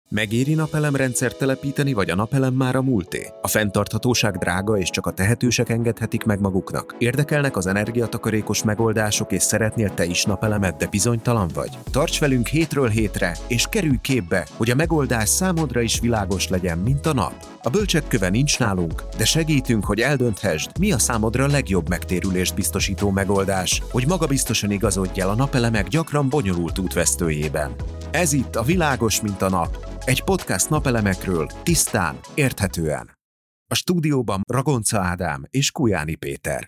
Megéri napelemrendszert telepíteni, vagy a napelem már a múlté? A fenntarthatóság drága, és csak a tehetősek engedhetik meg maguknak. Érdekelnek az energiatakarékos megoldások, és szeretnél te is napelemet, de bizonytalan vagy? Tarts velünk hétről hétre, és kerülj képbe, hogy a megoldás számodra is világos legyen, mint a nap. A bölcsek köve nincs nálunk, de segítünk, hogy eldönthesd, mi a számodra legjobb megtérülést biztosító megoldás, hogy magabiztosan igazodj el a napelemek gyakran bonyolult útvesztőjében. Ez itt a Világos, mint a nap. Egy podcast napelemekről, tisztán, érthetően. A stúdióban Ragonca Ádám és Kujáni Péter.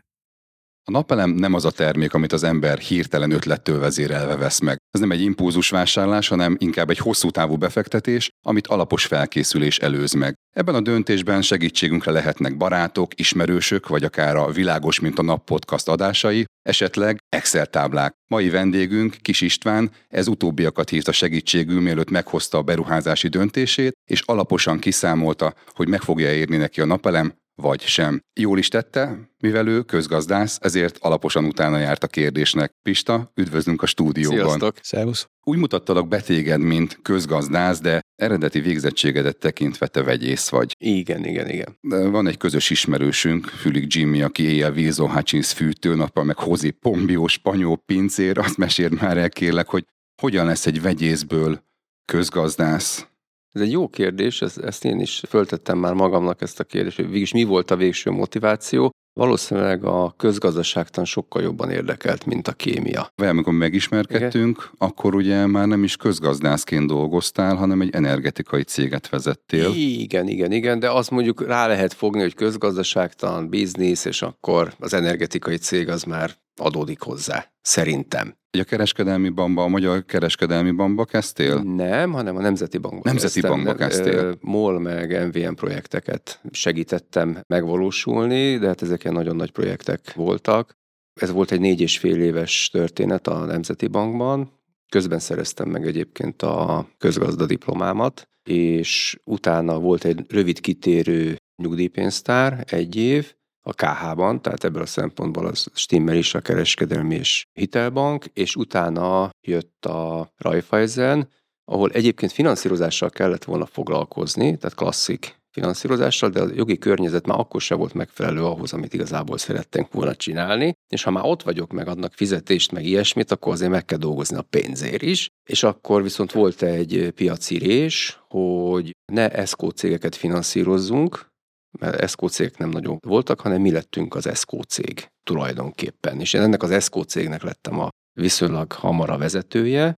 A napelem nem az a termék, amit az ember hirtelen ötlettől vezérelve vesz meg. Ez nem egy impulzus vásárlás, hanem inkább egy hosszú távú befektetés, amit alapos felkészülés előz meg. Ebben a döntésben segítségünkre lehetnek barátok, ismerősök, vagy akár a Világos, mint a nap podcast adásai, esetleg Excel táblák. Mai vendégünk, Kis István, ez utóbbiakat hívta segítségül, mielőtt meghozta a beruházási döntését, és alaposan kiszámolta, hogy meg fogja érni neki a napelem, vagy sem. Jól is tette, mivel ő közgazdász, ezért alaposan utána járt a kérdésnek. Pista, üdvözlünk a stúdióban. Sziasztok! Szervusz! Úgy mutattalak be téged, mint közgazdász, de eredeti végzettségedet tekintve te vegyész vagy. Igen. De van egy közös ismerősünk, Fülig Jimmy, aki éjjel Wilson Hutchins fűtő, nappal meg José Pombio spanyol pincér. Azt meséld már el, kérlek, hogy hogyan lesz egy vegyészből közgazdász? Ez egy jó kérdés, ezt én is föltettem már magamnak ezt a kérdést, hogy végülis mi volt a végső motiváció. Valószínűleg a közgazdaságtan sokkal jobban érdekelt, mint a kémia. Vagy amikor megismerkedtünk, akkor ugye már nem is közgazdászként dolgoztál, hanem egy energetikai céget vezettél. Igen, de azt mondjuk rá lehet fogni, hogy közgazdaságtan, biznisz, és akkor az energetikai cég az már adódik hozzá, szerintem. A kereskedelmi bankba, a Magyar Kereskedelmi Bankba kezdtél? Nem, hanem a Nemzeti Bankba Bankba kezdtél. MOL meg MVM projekteket segítettem megvalósulni, de hát ezek ilyen nagyon nagy projektek voltak. Ez volt egy 4,5 éves történet a Nemzeti Bankban. Közben szereztem meg egyébként a közgazda diplomámat, és utána volt egy rövid kitérő nyugdíjpénztár, 1 év, a KH-ban, tehát ebből a szempontból az stimmel is a kereskedelmi és hitelbank, és utána jött a Raiffeisen, ahol egyébként finanszírozással kellett volna foglalkozni, tehát klasszik finanszírozással, de a jogi környezet már akkor sem volt megfelelő ahhoz, amit igazából szeretnénk volna csinálni, és ha már ott vagyok, meg adnak fizetést, meg ilyesmit, akkor azért meg kell dolgozni a pénzért is, és akkor viszont volt egy piaci rés, hogy ne ESCO cégeket finanszírozzunk, mert ESCO cégek nem nagyon voltak, hanem mi lettünk az ESCO cég tulajdonképpen. És én ennek az ESCO cégnek lettem a viszonylag hamar a vezetője,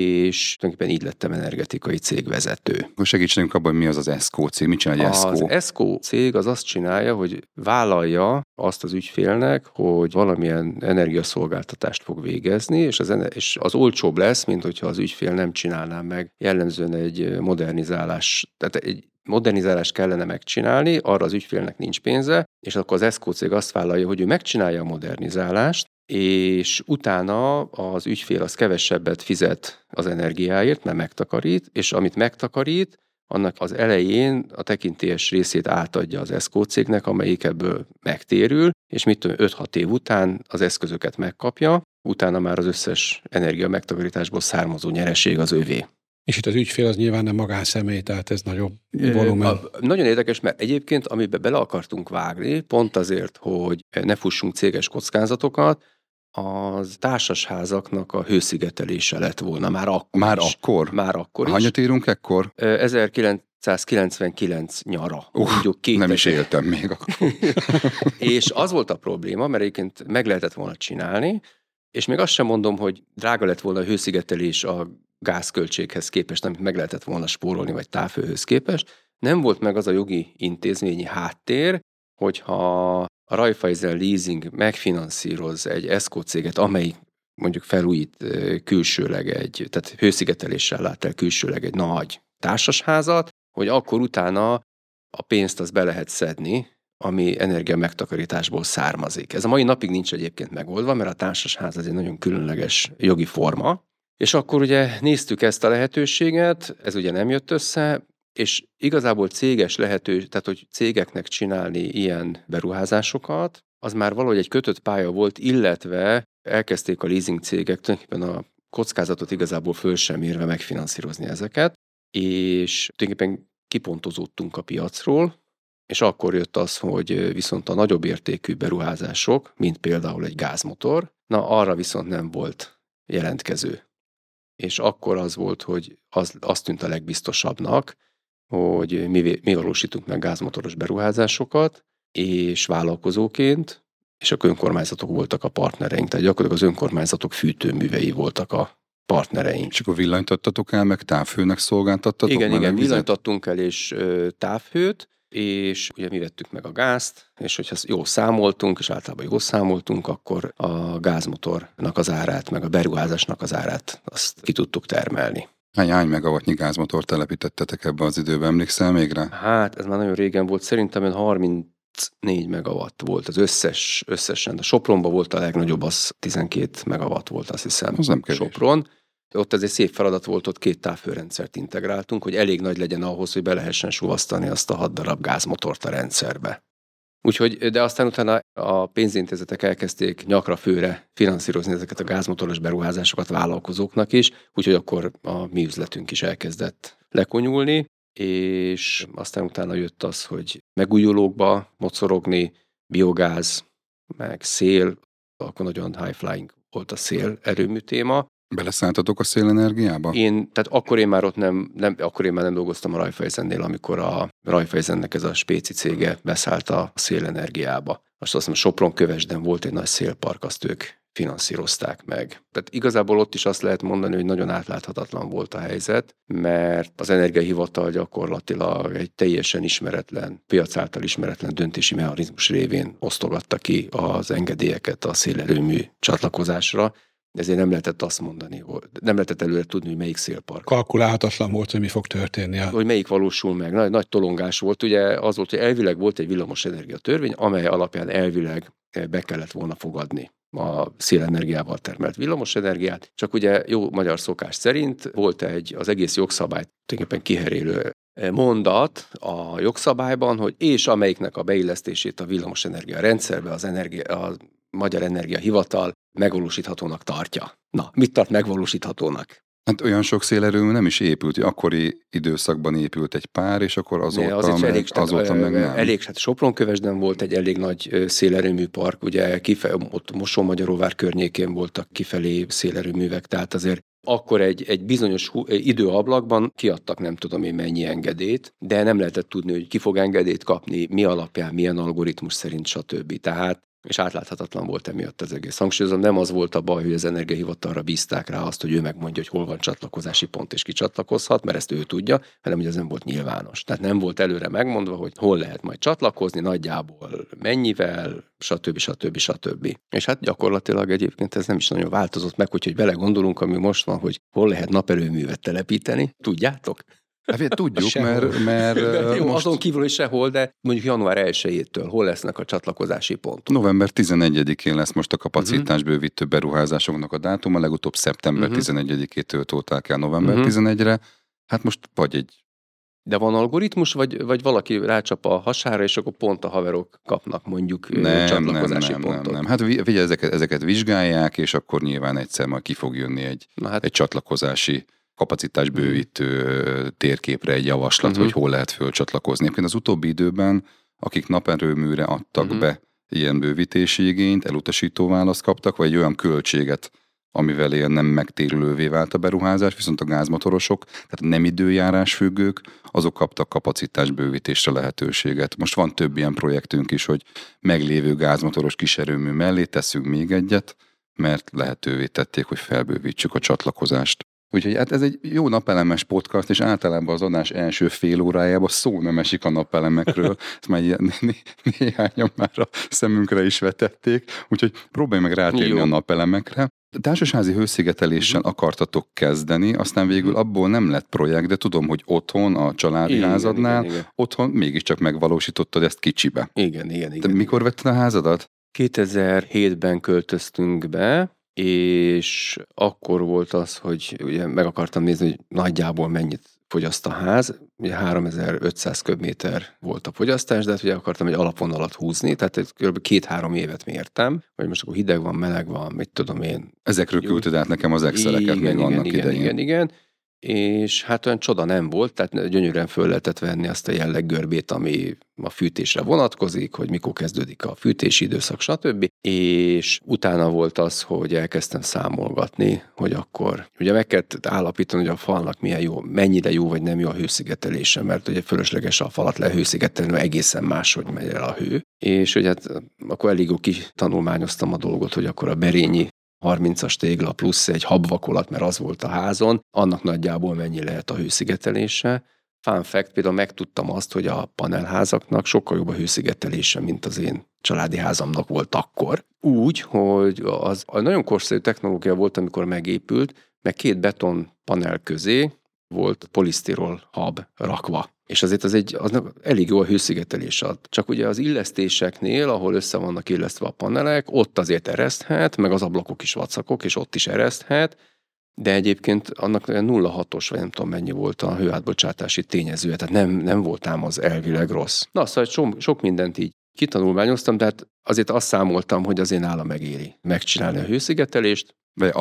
és tulajdonképpen így lettem energetikai cégvezető. Segítsenünk abban, hogy mi az az ESCO cég, mit csinál egy ESCO? Az ESCO cég az azt csinálja, hogy vállalja azt az ügyfélnek, hogy valamilyen energiaszolgáltatást fog végezni, és az olcsóbb lesz, mint hogyha az ügyfél nem csinálná meg jellemzően egy modernizálás, tehát egy modernizálást kellene megcsinálni, arra az ügyfélnek nincs pénze, és akkor az ESCO cég azt vállalja, hogy ő megcsinálja a modernizálást, és utána az ügyfél az kevesebbet fizet az energiáért, mert megtakarít, és amit megtakarít, annak az elején a tekintélyes részét átadja az ESCO cégnek, amelyik ebből megtérül, és 5-6 év után az eszközöket megkapja, utána már az összes energia megtakarításból származó nyereség az övé. És itt az ügyfél az nyilván nem magánszemély, tehát ez nagyobb volumen. Nagyon érdekes, mert egyébként, amiben bele akartunk vágni, pont azért, hogy ne fussunk céges kockázatokat, az társasházaknak a hőszigetelése lett volna már akkor Már akkor is. Hanyat írunk ekkor? 1999 nyara. Nem is éltem még akkor. És az volt a probléma, mert egyébként meg lehetett volna csinálni, és még azt sem mondom, hogy drága lett volna a hőszigetelés a gázköltséghez képest, amit meg lehetett volna spórolni, vagy távhőhöz képest. Nem volt meg az a jogi intézményi háttér, hogyha a Raiffeisen Leasing megfinanszíroz egy ESCO céget, amelyik mondjuk felújít külsőleg tehát hőszigeteléssel lát el külsőleg egy nagy társasházat, hogy akkor utána a pénzt azt be lehet szedni, ami energia megtakarításból származik. Ez a mai napig nincs egyébként megoldva, mert a társasház ez egy nagyon különleges jogi forma, és akkor ugye néztük ezt a lehetőséget, ez ugye nem jött össze, és igazából céges tehát hogy cégeknek csinálni ilyen beruházásokat, az már valahogy egy kötött pálya volt, illetve elkezdték a leasing cégek tulajdonképpen a kockázatot igazából föl sem érve megfinanszírozni ezeket. és tulajdonképpen kipontozódtunk a piacról, és akkor jött az, hogy viszont a nagyobb értékű beruházások, mint például egy gázmotor, arra viszont nem volt jelentkező. És akkor az volt, hogy az tűnt a legbiztosabbnak, hogy mi valósítunk meg gázmotoros beruházásokat, és vállalkozóként, és a önkormányzatok voltak a partnereink, tehát gyakorlatilag az önkormányzatok fűtőművei voltak a partnereink. És akkor villanytattatok el, meg távhőnek szolgáltattatok? Igen, villanytattunk el és távhőt, és ugye mi vettük meg a gázt, és hogyha jól számoltunk, és általában jól számoltunk, akkor a gázmotornak az árát, meg a beruházásnak az árát azt ki tudtuk termelni. Hány megawattnyi gázmotor telepítettetek ebbe az időben, emlékszel még rá? Hát, ez már nagyon régen volt, szerintem 34 megawatt volt az összesen. A Sopronban volt a legnagyobb, az 12 megawatt volt, azt hiszem. Az nem kevés. Sopron. Ott ez egy szép feladat volt, ott 2 távhőrendszert integráltunk, hogy elég nagy legyen ahhoz, hogy be lehessen suvasztani azt a 6 darab gázmotort a rendszerbe. Úgyhogy, de aztán utána a pénzintézetek elkezdték nyakra főre finanszírozni ezeket a gázmotoros beruházásokat vállalkozóknak is, úgyhogy akkor a mi üzletünk is elkezdett lekonyulni, és aztán utána jött az, hogy megújulókba mocorogni, biogáz, meg szél, akkor nagyon high-flying volt a szél erőmű téma. Beleszálltatok a szélenergiába? Tehát akkor én már ott akkor én már nem dolgoztam a Raiffeisennél, amikor a Raiffeisennek ez a spéci cége beszállt a szélenergiába. Most azt hiszem, Sopron-Kövesden volt egy nagy szélpark, azt ők finanszírozták meg. Tehát igazából ott is azt lehet mondani, hogy nagyon átláthatatlan volt a helyzet, mert az energiahivatal gyakorlatilag egy teljesen ismeretlen, piac által ismeretlen döntési mechanizmus révén osztogatta ki az engedélyeket a szélerőmű csatlakozásra, ezért nem lehetett azt mondani, nem lehetett előre tudni, hogy melyik szélpark. Kalkulálhatatlan volt, hogy mi fog történni. Hogy melyik valósul meg. Nagy tolongás volt. Ugye az volt, hogy elvileg volt egy villamosenergia törvény, amely alapján elvileg be kellett volna fogadni a szélenergiával termelt villamosenergiát. Csak ugye jó magyar szokás szerint volt az egész jogszabályt tulajdonképpen kiherélő mondat a jogszabályban, hogy és amelyiknek a beillesztését a villamosenergia rendszerbe a Magyar Energiahivatal megvalósíthatónak tartja. Na, mit tart megvalósíthatónak? Hát olyan sok szélerőmű nem is épült, akkori időszakban épült egy pár, és akkor azóta meg nem. Elég, hát Sopron-Kövesden volt egy elég nagy szélerőmű park, ugye ott Mosonmagyaróvár környékén voltak kifelé szélerőművek, tehát azért akkor egy bizonyos időablakban kiadtak nem tudom én mennyi engedélyt, de nem lehetett tudni, hogy ki fog engedélyt kapni, mi alapján, milyen algoritmus szerint, stb. Tehát és átláthatatlan volt emiatt az egész. Hangsúlyozom, nem az volt a baj, hogy az energiahivatalra bízták rá azt, hogy ő megmondja, hogy hol van csatlakozási pont, és ki csatlakozhat, mert ezt ő tudja, hanem hogy ez nem volt nyilvános. Tehát nem volt előre megmondva, hogy hol lehet majd csatlakozni, nagyjából mennyivel, stb. És hát gyakorlatilag egyébként ez nem is nagyon változott meg, hogy belegondolunk, ami most van, hogy hol lehet naperőművet telepíteni. Tudjátok? Hát tudjuk, mert jó, most... azon kívül is sehol, de mondjuk január 1-től hol lesznek a csatlakozási pontok? November 11-én lesz most a kapacitásbővítő beruházásoknak a dátum, a legutóbb szeptember 11-től tolták el november 11-re. Hát most vagy egy... De van algoritmus, vagy valaki rácsap a hasára, és akkor pont a haverok kapnak mondjuk csatlakozási pontot? Nem. Hát ezeket vizsgálják, és akkor nyilván egyszer majd ki fog jönni egy csatlakozási kapacitásbővítő térképre egy javaslat, hogy hol lehet fölcsatlakozni. Egyébként az utóbbi időben, akik naperőműre adtak be ilyen bővítési igényt, elutasító választ kaptak, vagy egy olyan költséget, amivel ilyen nem megtérülővé vált a beruházás, viszont a gázmotorosok, tehát nem időjárás függők, azok kaptak kapacitásbővítésre lehetőséget. Most van több ilyen projektünk is, hogy meglévő gázmotoros kiserőmű mellé tesszük még egyet, mert lehetővé tették, hogy felbővítsük a csatlakozást. Úgyhogy hát ez egy jó napelemes podcast, és általában az adás első fél órájában szó nem esik a napelemekről. Ezt már néhányan már a szemünkre is vetették, úgyhogy próbálj meg rátérni a napelemekre. Társasházi hőszigeteléssel akartatok kezdeni, aztán végül abból nem lett projekt, de tudom, hogy otthon, a családi házadnál, otthon mégiscsak megvalósítottad ezt kicsibe. Igen. De mikor vetted a házadat? 2007-ben költöztünk be, és akkor volt az, hogy ugye meg akartam nézni, hogy nagyjából mennyit fogyaszt a ház. Ugye 3500 köbméter volt a fogyasztás, de hát ugye akartam egy alapvonalat húzni, tehát kb. 2-3 évet mértem, hogy most akkor hideg van, meleg van, mit tudom én. Ezekről küldted át nekem az Exceleket még annak idején. Igen. és hát olyan csoda nem volt, tehát gyönyörűen föl lehetett venni azt a jelleggörbét, ami a fűtésre vonatkozik, hogy mikor kezdődik a fűtési időszak, stb. És utána volt az, hogy elkezdtem számolgatni, hogy akkor ugye meg kellett állapítani, hogy a falnak milyen jó, mennyire jó vagy nem jó a hőszigetelése, mert ugye fölösleges a falat lehőszigetelni, mert egészen máshogy megy el a hő. És ugye hát akkor elég jó kitanulmányoztam a dolgot, hogy akkor a berényi 30-as tégla plusz egy habvakolat, mert az volt a házon, annak nagyjából mennyi lehet a hőszigetelése. Fun fact, például megtudtam azt, hogy a panelházaknak sokkal jobb a hőszigetelése, mint az én családi házamnak volt akkor. Úgy, hogy az nagyon korszerű technológia volt, amikor megépült, meg 2 beton panel közé volt polisztirol hab rakva. És azért az elég jó a hőszigetelés ad. Csak ugye az illesztéseknél, ahol össze vannak illesztve a panelek, ott azért ereszthet, meg az ablakok is vacakok, és ott is ereszthet, de egyébként annak 0,6-os, vagy nem tudom mennyi volt a hőátbocsátási tényezője, tehát nem volt ám az elvileg rossz. Na, szóval sok mindent így kitanulmányoztam, de hát azért azt számoltam, hogy azért nála megéri megcsinálni a hőszigetelést. Vagy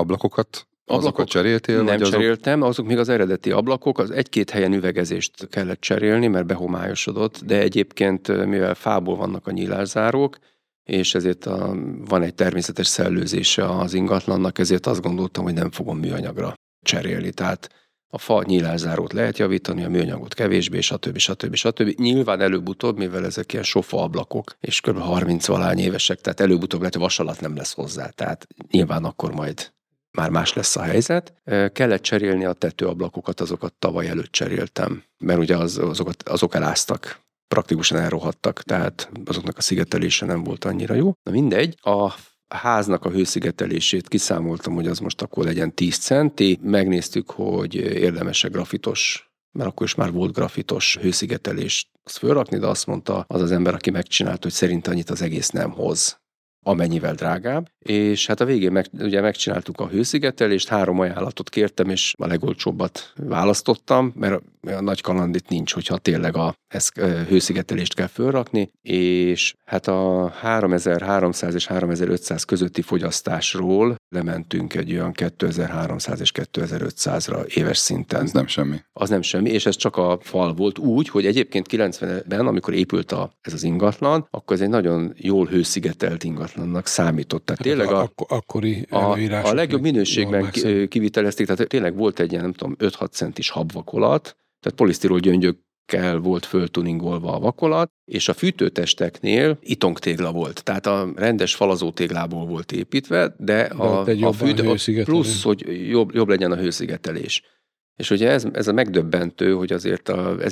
azokat cseréltél? Nem cseréltem, azok még az eredeti ablakok, az 1-2 helyen üvegezést kellett cserélni, mert behomályosodott, de egyébként, mivel fából vannak a nyílászárók, és ezért van egy természetes szellőzése az ingatlannak, ezért azt gondoltam, hogy nem fogom műanyagra cserélni. Tehát a fa nyílászárót lehet javítani, a műanyagot kevésbé, stb. Nyilván előbb-utóbb, mivel ezek ilyen sofa ablakok, és kb. 30-valány évesek, tehát előbb-utóbb lehet, hogy vasalat nem lesz hozzá. Tehát nyilván akkor majd már más lesz a helyzet. Kellett cserélni a tetőablakokat, azokat tavaly előtt cseréltem, mert ugye azok eláztak, praktikusan elrohadtak, tehát azoknak a szigetelése nem volt annyira jó. Na mindegy, a háznak a hőszigetelését kiszámoltam, hogy az most akkor legyen 10 centi. Megnéztük, hogy érdemes-e grafitos, mert akkor is már volt grafitos hőszigetelést azt fölrakni, de azt mondta az ember, aki megcsinált, hogy szerint annyit az egész nem hoz, amennyivel drágább, és hát a végén ugye megcsináltuk a hőszigetelést, 3 ajánlatot kértem, és a legolcsóbbat választottam, mert a nagy kalandit nincs, hogyha tényleg hőszigetelést kell fölrakni, és hát a 3300 és 3500 közötti fogyasztásról lementünk egy olyan 2300 és 2500-ra éves szinten. Ez nem semmi. Az nem semmi, és ez csak a fal volt úgy, hogy egyébként 90-ben, amikor épült ez az ingatlan, akkor ez egy nagyon jól hőszigetelt ingatlannak számított. Tehát tényleg akkori a legjobb minőségben kivitelezték, tehát tényleg volt egy ilyen, nem tudom, 5-6 centis habvakolat, tehát polisztirol gyöngyökkel volt föltuningolva a vakolat, és a fűtőtesteknél itongtégla volt, tehát a rendes falazótéglából volt építve, de a fűtő plusz, hogy jobb legyen a hőszigetelés. És ugye ez a megdöbbentő, hogy azért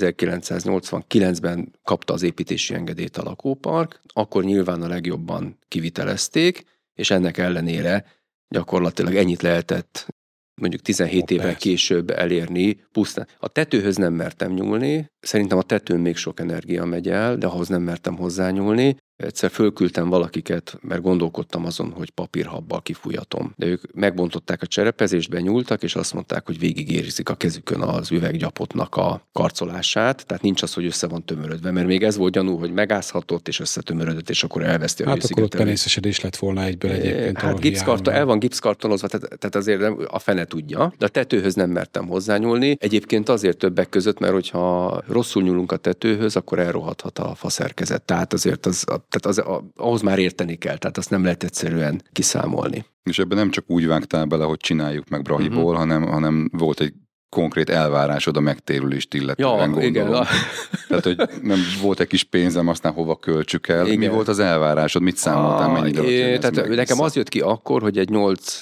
1989-ben kapta az építési engedélyt a lakópark, akkor nyilván a legjobban kivitelezték, és ennek ellenére gyakorlatilag ennyit lehetett mondjuk 17 évvel később elérni pusztán. A tetőhöz nem mertem nyúlni, szerintem a tetőn még sok energia megy el, de ahhoz nem mertem hozzányúlni. Egyszer fölküldtem valakiket, mert gondolkodtam azon, hogy papírhabbal kifújatom. De ők megbontották a cserepezésbe, nyúltak, és azt mondták, hogy végigérzik a kezükön az üveggyapotnak a karcolását, tehát nincs az, hogy össze van tömörödve, mert még ez volt gyanú, hogy megázhatott és összetömörödött, és akkor elveszti a hőszigetelést. Hát akkor ott penészesedés lett volna egyből egyébként. Hát el van gipszkartonozva, tehát azért a fene tudja, de a tetőhöz nem mertem hozzányúlni. Egyébként azért többek között, mert hogyha rosszul nyúlunk a tetőhöz, akkor elrohadhat a faszerkezet. Tehát azért ahhoz már érteni kell, tehát azt nem lehet egyszerűen kiszámolni. És ebben nem csak úgy vágtál bele, hogy csináljuk meg Brahiból, hanem volt egy konkrét elvárásod a megtérülést illetően, gondolom. Tehát, hogy nem volt egy kis pénzem, aztán hova költsük el. Igen. Mi volt az elvárásod? Mit számoltál, mennyit tehát nekem az jött ki akkor, hogy egy 8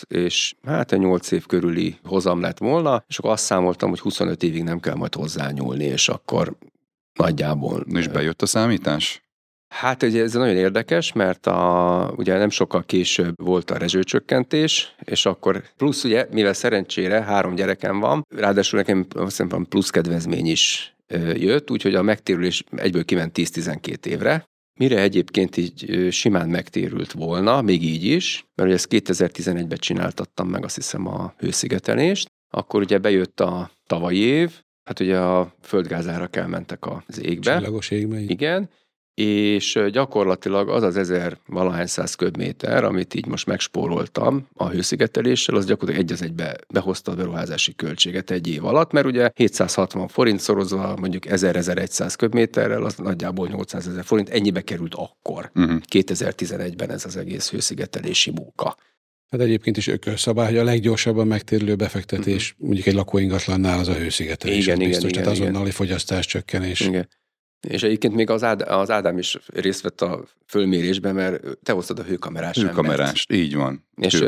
év körüli hozam lett volna, és akkor azt számoltam, hogy 25 évig nem kell majd hozzányúlni, és akkor nagyjából... És bejött a számítás? Hát ez nagyon érdekes, mert ugye nem sokkal később volt a rezsőcsökkentés, és akkor plusz ugye, mivel szerencsére 3 gyerekem van, ráadásul nekem azt hiszem plusz kedvezmény is jött, úgyhogy a megtérülés egyből kiment 10-12 évre. Mire egyébként így simán megtérült volna, még így is, mert ugye ezt 2011-ben csináltattam meg azt hiszem a hőszigetelést, akkor ugye bejött a tavalyi év, hát ugye a földgázárak elmentek az égbe. Csillagos égbe. Igen. és gyakorlatilag az az 1000-valahány száz köbméter, amit így most megspóroltam a hőszigeteléssel, az gyakorlatilag egy az egybe behozta a beruházási költséget egy év alatt, mert ugye 760 forint szorozva mondjuk 1000-1100 köbméterrel, az nagyjából 800 000 forint, ennyibe került akkor. 2011-ben ez az egész hőszigetelési munka. Hát egyébként is ökölszabály, hogy a leggyorsabban megtérülő befektetés mondjuk egy lakóingatlannál az a hőszigetelés. Igen, biztos, igen, tehát igen, azonnali fogyasztás csökkenés. Igen. És egyébként még az Ádám is részt vett a fölmérésben, mert te hoztad a hőkamerás embert. Hőkamerás, így van.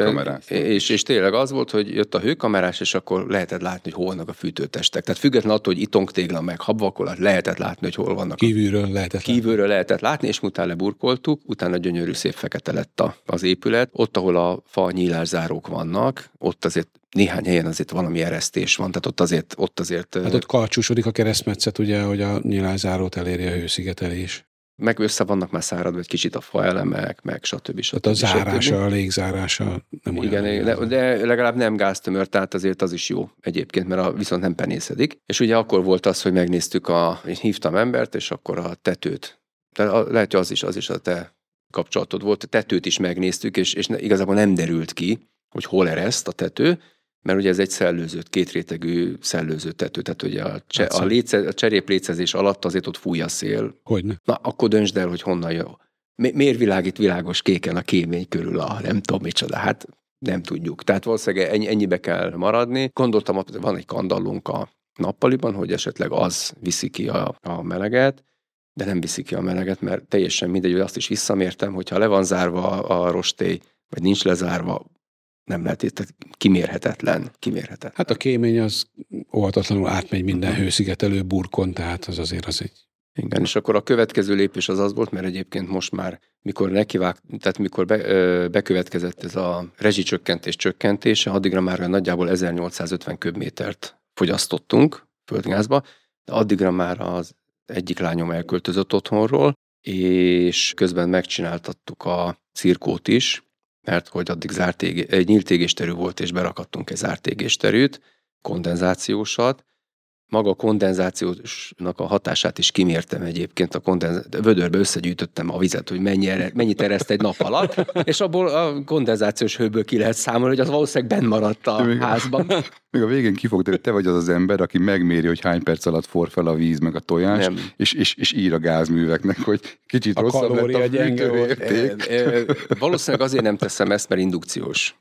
És tényleg az volt, hogy jött a hőkamerás, és akkor lehetett látni, hogy hol vannak a fűtőtestek. Tehát függetlenül attól, hogy itongtégla meg habvakolat, lehetett látni, hogy hol vannak. Kívülről lehetett látni, és utána leburkoltuk, utána gyönyörű szép fekete lett az épület. Ott, ahol a fa nyílászárók vannak, ott azért néhány helyen azért valami eresztés van, tehát ott azért... Hát ott karcsúsodik a keresztmetszet, ugye, hogy a nyílászárót eléri a hőszigetelés. Meg össze vannak már száradva egy kicsit a faelemek, meg stb. Tehát a zárása, a légzárása nem olyan. Igen, de legalább nem gáztömör, tehát azért az is jó egyébként, mert viszont nem penészedik. És ugye akkor volt az, hogy megnéztük, én hívtam embert, és akkor a tetőt. Tehát lehet, hogy az is a te kapcsolatod volt, a tetőt is megnéztük, és igazából nem derült ki, hogy hol ereszt a tető, mert ugye ez egy szellőzött, kétrétegű szellőző tető, tehát ugye a cseréplécezés alatt azért ott fúj a szél. Hogyne? Na, akkor döntsd el, hogy honnan jön. Miért világít világos kéken a kémény körül nem tudom micsoda, hát nem tudjuk. Tehát valószínűleg ennyibe kell maradni. Gondoltam, van egy kandallónk a nappaliban, hogy esetleg az viszi ki a meleget, de nem viszi ki a meleget, mert teljesen mindegy, hogy azt is visszamértem, hogyha le van zárva a rostély, vagy nincs lezárva, nem lehet, tehát kimérhetetlen. Hát a kémény az óhatatlanul átmegy minden hőszigetelő burkon, tehát az azért az egy... Igen, és akkor a következő lépés az volt, mert egyébként most már, mikor bekövetkezett ez a rezsicsökkentés csökkentése, addigra már nagyjából 1850 köbmétert fogyasztottunk földgázba, de addigra már az egyik lányom elköltözött otthonról, és közben megcsináltattuk a cirkót is, mert hogy addig egy nyílt égésterű volt, és berakadtunk egy zárt égésterűt, kondenzációsat. Maga a kondenzációsnak a hatását is kimértem egyébként, vödörbe összegyűjtöttem a vizet, hogy mennyit ereszt egy nap alatt, és abból a kondenzációs hőből ki lehet számolni, hogy az valószínűleg benn maradt a házban. Még a végén kifogta, hogy te vagy az ember, aki megméri, hogy hány perc alatt forr fel a víz, meg a tojás, és ír a gázműveknek, hogy kicsit rosszabb lett a fűtőérték. Valószínűleg azért nem teszem ezt, mert indukciós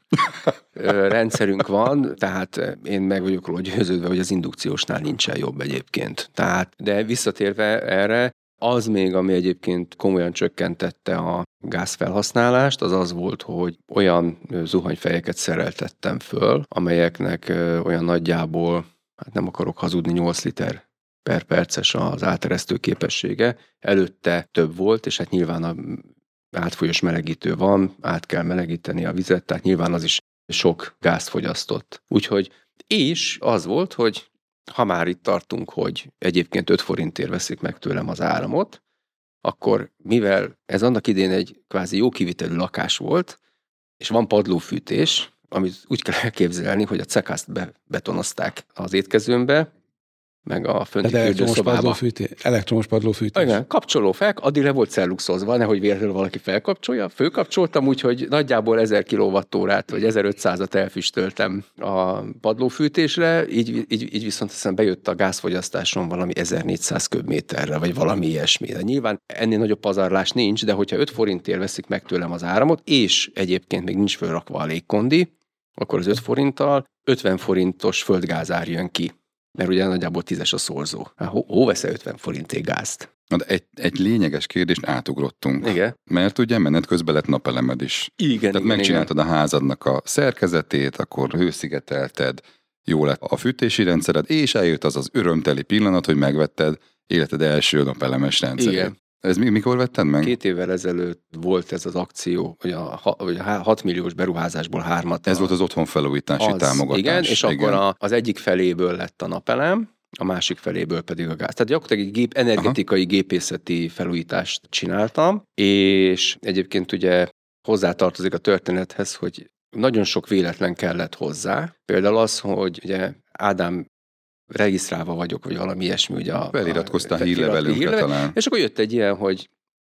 rendszerünk van, tehát én meg vagyok róla győződve, hogy az indukciósnál nincsen jobb egyébként. De visszatérve erre, az még, ami egyébként komolyan csökkentette a gázfelhasználást, az volt, hogy olyan zuhanyfejeket szereltettem föl, amelyeknek olyan nagyjából, hát nem akarok hazudni, 8 liter per perces az áteresztő képessége. Előtte több volt, és hát nyilván a átfolyós melegítő van, át kell melegíteni a vizet, tehát nyilván az is sok gázt fogyasztott. Úgyhogy, és az volt, hogy ha már itt tartunk, hogy egyébként 5 forintért veszik meg tőlem az áramot, akkor mivel ez annak idén egy kvázi jó kivitelű lakás volt, és van padlófűtés, amit úgy kell elképzelni, hogy a cekászt betonozták az étkezőmbe, meg a fönti fürdőszobába. Elektromos padlófűtés. Igen, kapcsoló addig le volt celluxozva, nehogy véletlenül valaki felkapcsolja. Fölkapcsoltam, úgyhogy nagyjából 1000 kWh-t vagy 1500-at elfüstöltem a padlófűtésre, így viszont aztán bejött a gázfogyasztáson valami 1400 köbméterre, vagy valami ilyesmi. De nyilván ennél nagyobb pazarlás nincs, de hogyha 5 forintért veszik meg tőlem az áramot, és egyébként még nincs fölrakva a légkondi, akkor az 5 forinttal 50 forintos földgázár jön ki. Mert ugye nagyjából 10-es a szorzó. Hol veszel 50 forintért gázt? Egy lényeges kérdést átugrottunk. Igen. Mert ugye menet közben lett napelemed is. Igen. Tehát megcsináltad a házadnak a szerkezetét, akkor hőszigetelted, jó lett a fűtési rendszered, és eljött az örömteli pillanat, hogy megvetted életed első napelemes rendszerét. Igen. Ez mikor vetted meg? 2 évvel ezelőtt volt ez az akció, hogy a 6 milliós beruházásból 3-at. Ez volt az otthonfelújítási támogatás. Igen, és igen. Akkor az egyik feléből lett a napelem, a másik feléből pedig a gáz. Tehát gyakorlatilag egy energetikai gépészeti felújítást csináltam, és egyébként ugye hozzátartozik a történethez, hogy nagyon sok véletlen kellett hozzá. Például az, hogy ugye Ádám regisztrálva vagyok, vagy valami ilyesmi. Ugye feliratkoztál hírlevelünkre talán. És akkor jött egy ilyen, hogy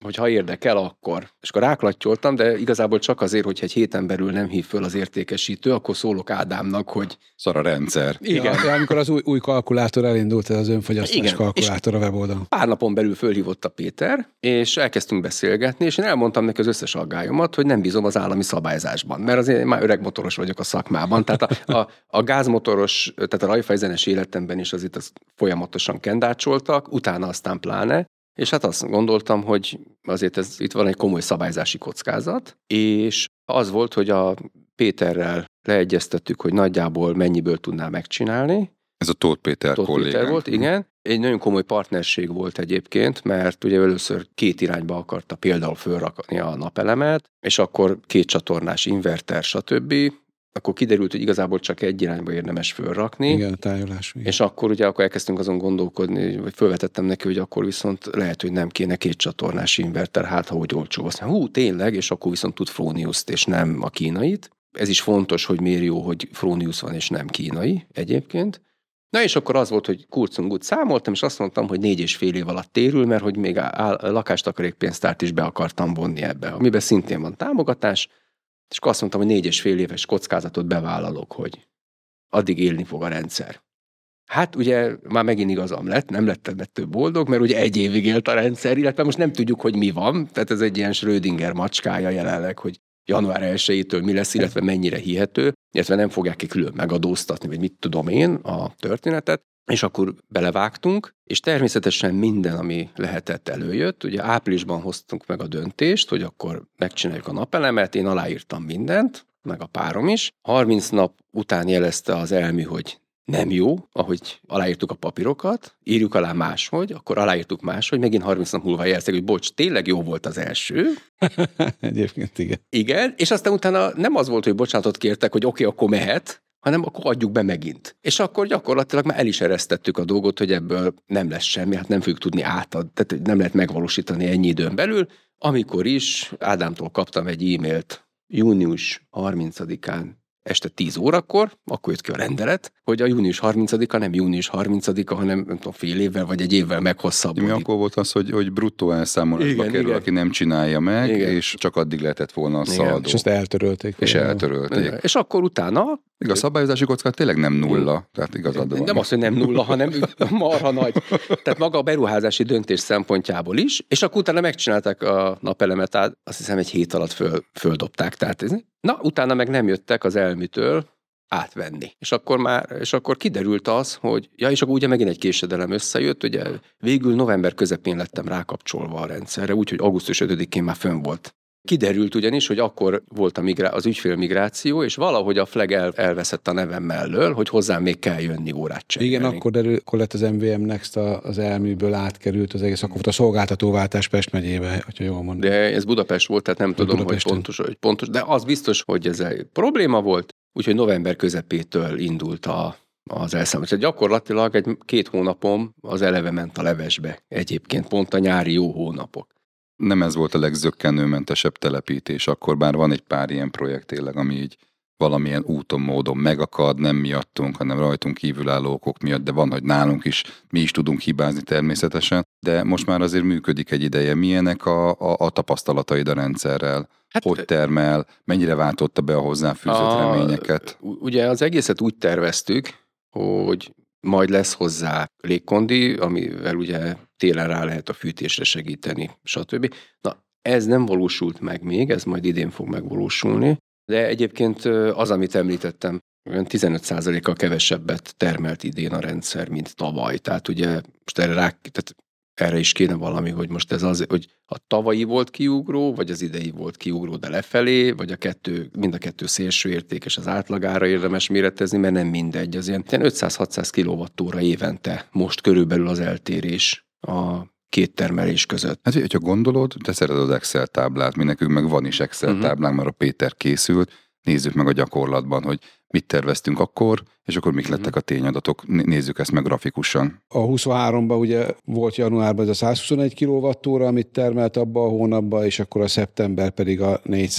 hogyha érdekel, akkor. És akkor ráklattyoltam, de igazából csak azért, hogy egy héten belül nem hív föl az értékesítő, akkor szólok Ádámnak, hogy... Szar a rendszer. Igen. Ja, amikor az új kalkulátor elindult, ez az önfogyasztás Igen. kalkulátor a weboldalon. Pár napon belül fölhívott a Péter, és elkezdtünk beszélgetni, és én elmondtam neki az összes aggályomat, hogy nem bízom az állami szabályzásban, mert azért már öreg motoros vagyok a szakmában. Tehát a gázmotoros, tehát a rajfejzenes életemben is azért az folyamatosan kendácsoltak, utána aztán pláne, és hát azt gondoltam, hogy azért itt van egy komoly szabályzási kockázat, és az volt, hogy a Péterrel leegyeztettük, hogy nagyjából mennyiből tudná megcsinálni. Ez a Tóth Péter kollégánk. Péter volt, igen. Egy nagyon komoly partnerség volt egyébként, mert ugye először 2 irányba akarta például fölrakni a napelemet, és akkor 2 csatornás inverter, stb. Akkor kiderült, hogy igazából csak egy irányba érdemes fölrakni. Igen, a tájolás. Igen. És akkor elkezdtünk azon gondolkodni, vagy felvetettem neki, hogy akkor viszont lehet, hogy nem kéne 2 csatornás inverter, hát ha úgy olcsó. Aztán tényleg, és akkor viszont tud Froniust, és nem a kínait. Ez is fontos, hogy miért jó, hogy Fronius van, és nem kínai egyébként. Na és akkor az volt, hogy kurcungut számoltam, és azt mondtam, hogy 4,5 év alatt térül, mert hogy még a lakástakarékpénztárt is be akartam vonni ebbe, amiben szintén van támogatás, és akkor azt mondtam, hogy 4,5 éves kockázatot bevállalok, hogy addig élni fog a rendszer. Hát ugye már megint igazam lett, nem lettem ettől boldog, mert ugye 1 évig élt a rendszer, illetve most nem tudjuk, hogy mi van, tehát ez egy ilyen Schrödinger macskája jelenleg, hogy január 1-től mi lesz, illetve mennyire hihető, illetve nem fogják-e külön megadóztatni, vagy mit tudom én a történetet, és akkor belevágtunk, és természetesen minden, ami lehetett, előjött. Ugye áprilisban hoztunk meg a döntést, hogy akkor megcsináljuk a napelemet, én aláírtam mindent, meg a párom is. 30 nap után jelezte az elmű, hogy nem jó, ahogy aláírtuk a papírokat, írjuk alá máshogy, akkor aláírtuk máshogy, megint 30 nap múlva jeleztek, hogy bocs, tényleg jó volt az első. Egyébként igen. Igen, és aztán utána nem az volt, hogy bocsánatot kértek, hogy oké, akkor mehet, hanem akkor adjuk be megint. És akkor gyakorlatilag már el is eresztettük a dolgot, hogy ebből nem lesz semmi, hát nem fogjuk tudni átadni, tehát nem lehet megvalósítani ennyi időn belül. Amikor is Ádámtól kaptam egy e-mailt június 30-án este 10 órakor, akkor jött ki a rendelet, hogy a június 30-a nem június 30-a, hanem nem tudom, fél évvel vagy egy évvel meghosszabbodik. Mi akkor volt az, hogy bruttó elszámolásba kerül, igen. aki nem csinálja meg, Igen. és csak addig lehetett volna a szaldó. És ezt eltörölték. És eltörölték. És akkor utána... A szabályozási kockázat tényleg nem nulla, tehát igazad van. Nem az, hogy nem nulla, hanem marha nagy. Tehát maga a beruházási döntés szempontjából is, és akkor utána megcsinálták a napelemet, azt hiszem 1 hét alatt földobták. Tehát na, utána meg nem jöttek az elműtől átvenni. És akkor kiderült az, hogy és akkor ugye megint egy késedelem összejött, ugye végül november közepén lettem rákapcsolva a rendszerre, úgyhogy augusztus 5-én már fönn volt. Kiderült ugyanis, hogy akkor volt az ügyfélmigráció, és valahogy a flag elveszett a nevem mellől, hogy hozzám még kell jönni órát cserélni. Igen, akkor lett az MVM Next az elműből átkerült az egész, akkor volt a szolgáltatóváltás Pest megyébe, hogyha jól mondom. De ez Budapest volt, tehát nem tudom, hogy pontos, de az biztos, hogy ez egy probléma volt, úgyhogy november közepétől indult az elszámolás. Gyakorlatilag 2 hónapom az eleve ment a levesbe. Egyébként pont a nyári jó hónapok. Nem ez volt a legzökkenőmentesebb telepítés, akkor bár van egy pár ilyen projekt tényleg, ami így valamilyen úton, módon megakad, nem miattunk, hanem rajtunk kívülálló okok miatt, de van, hogy nálunk is, mi is tudunk hibázni természetesen, de most már azért működik egy ideje. Milyenek a tapasztalataid a rendszerrel? Hát, hogy termel, mennyire váltotta be a hozzáfűzött reményeket? Ugye az egészet úgy terveztük, hogy majd lesz hozzá légkondi, amivel ugye télen rá lehet a fűtésre segíteni, stb. Na, ez nem valósult meg még, ez majd idén fog megvalósulni, de egyébként az, amit említettem, olyan 15%-kal kevesebbet termelt idén a rendszer, mint tavaly. Tehát ugye most erre is kéne valami, hogy most ez az, hogy a tavalyi volt kiugró, vagy az idei volt kiugró, de lefelé, vagy mind a kettő szélső értékes, az átlagára érdemes méretezni, mert nem mindegy. Az ilyen 500-600 kWh évente most körülbelül az eltérés a 2 termelés között. Hát, hogyha gondolod, te szereted az Excel táblát, mi nekünk meg van is Excel táblánk, mert a Péter készült, nézzük meg a gyakorlatban, hogy mit terveztünk akkor, és akkor mik lettek a tényadatok. Nézzük ezt meg grafikusan. A 23-ban ugye volt januárban ez a 121 kWh, amit termelt abba a hónapban, és akkor a szeptember pedig a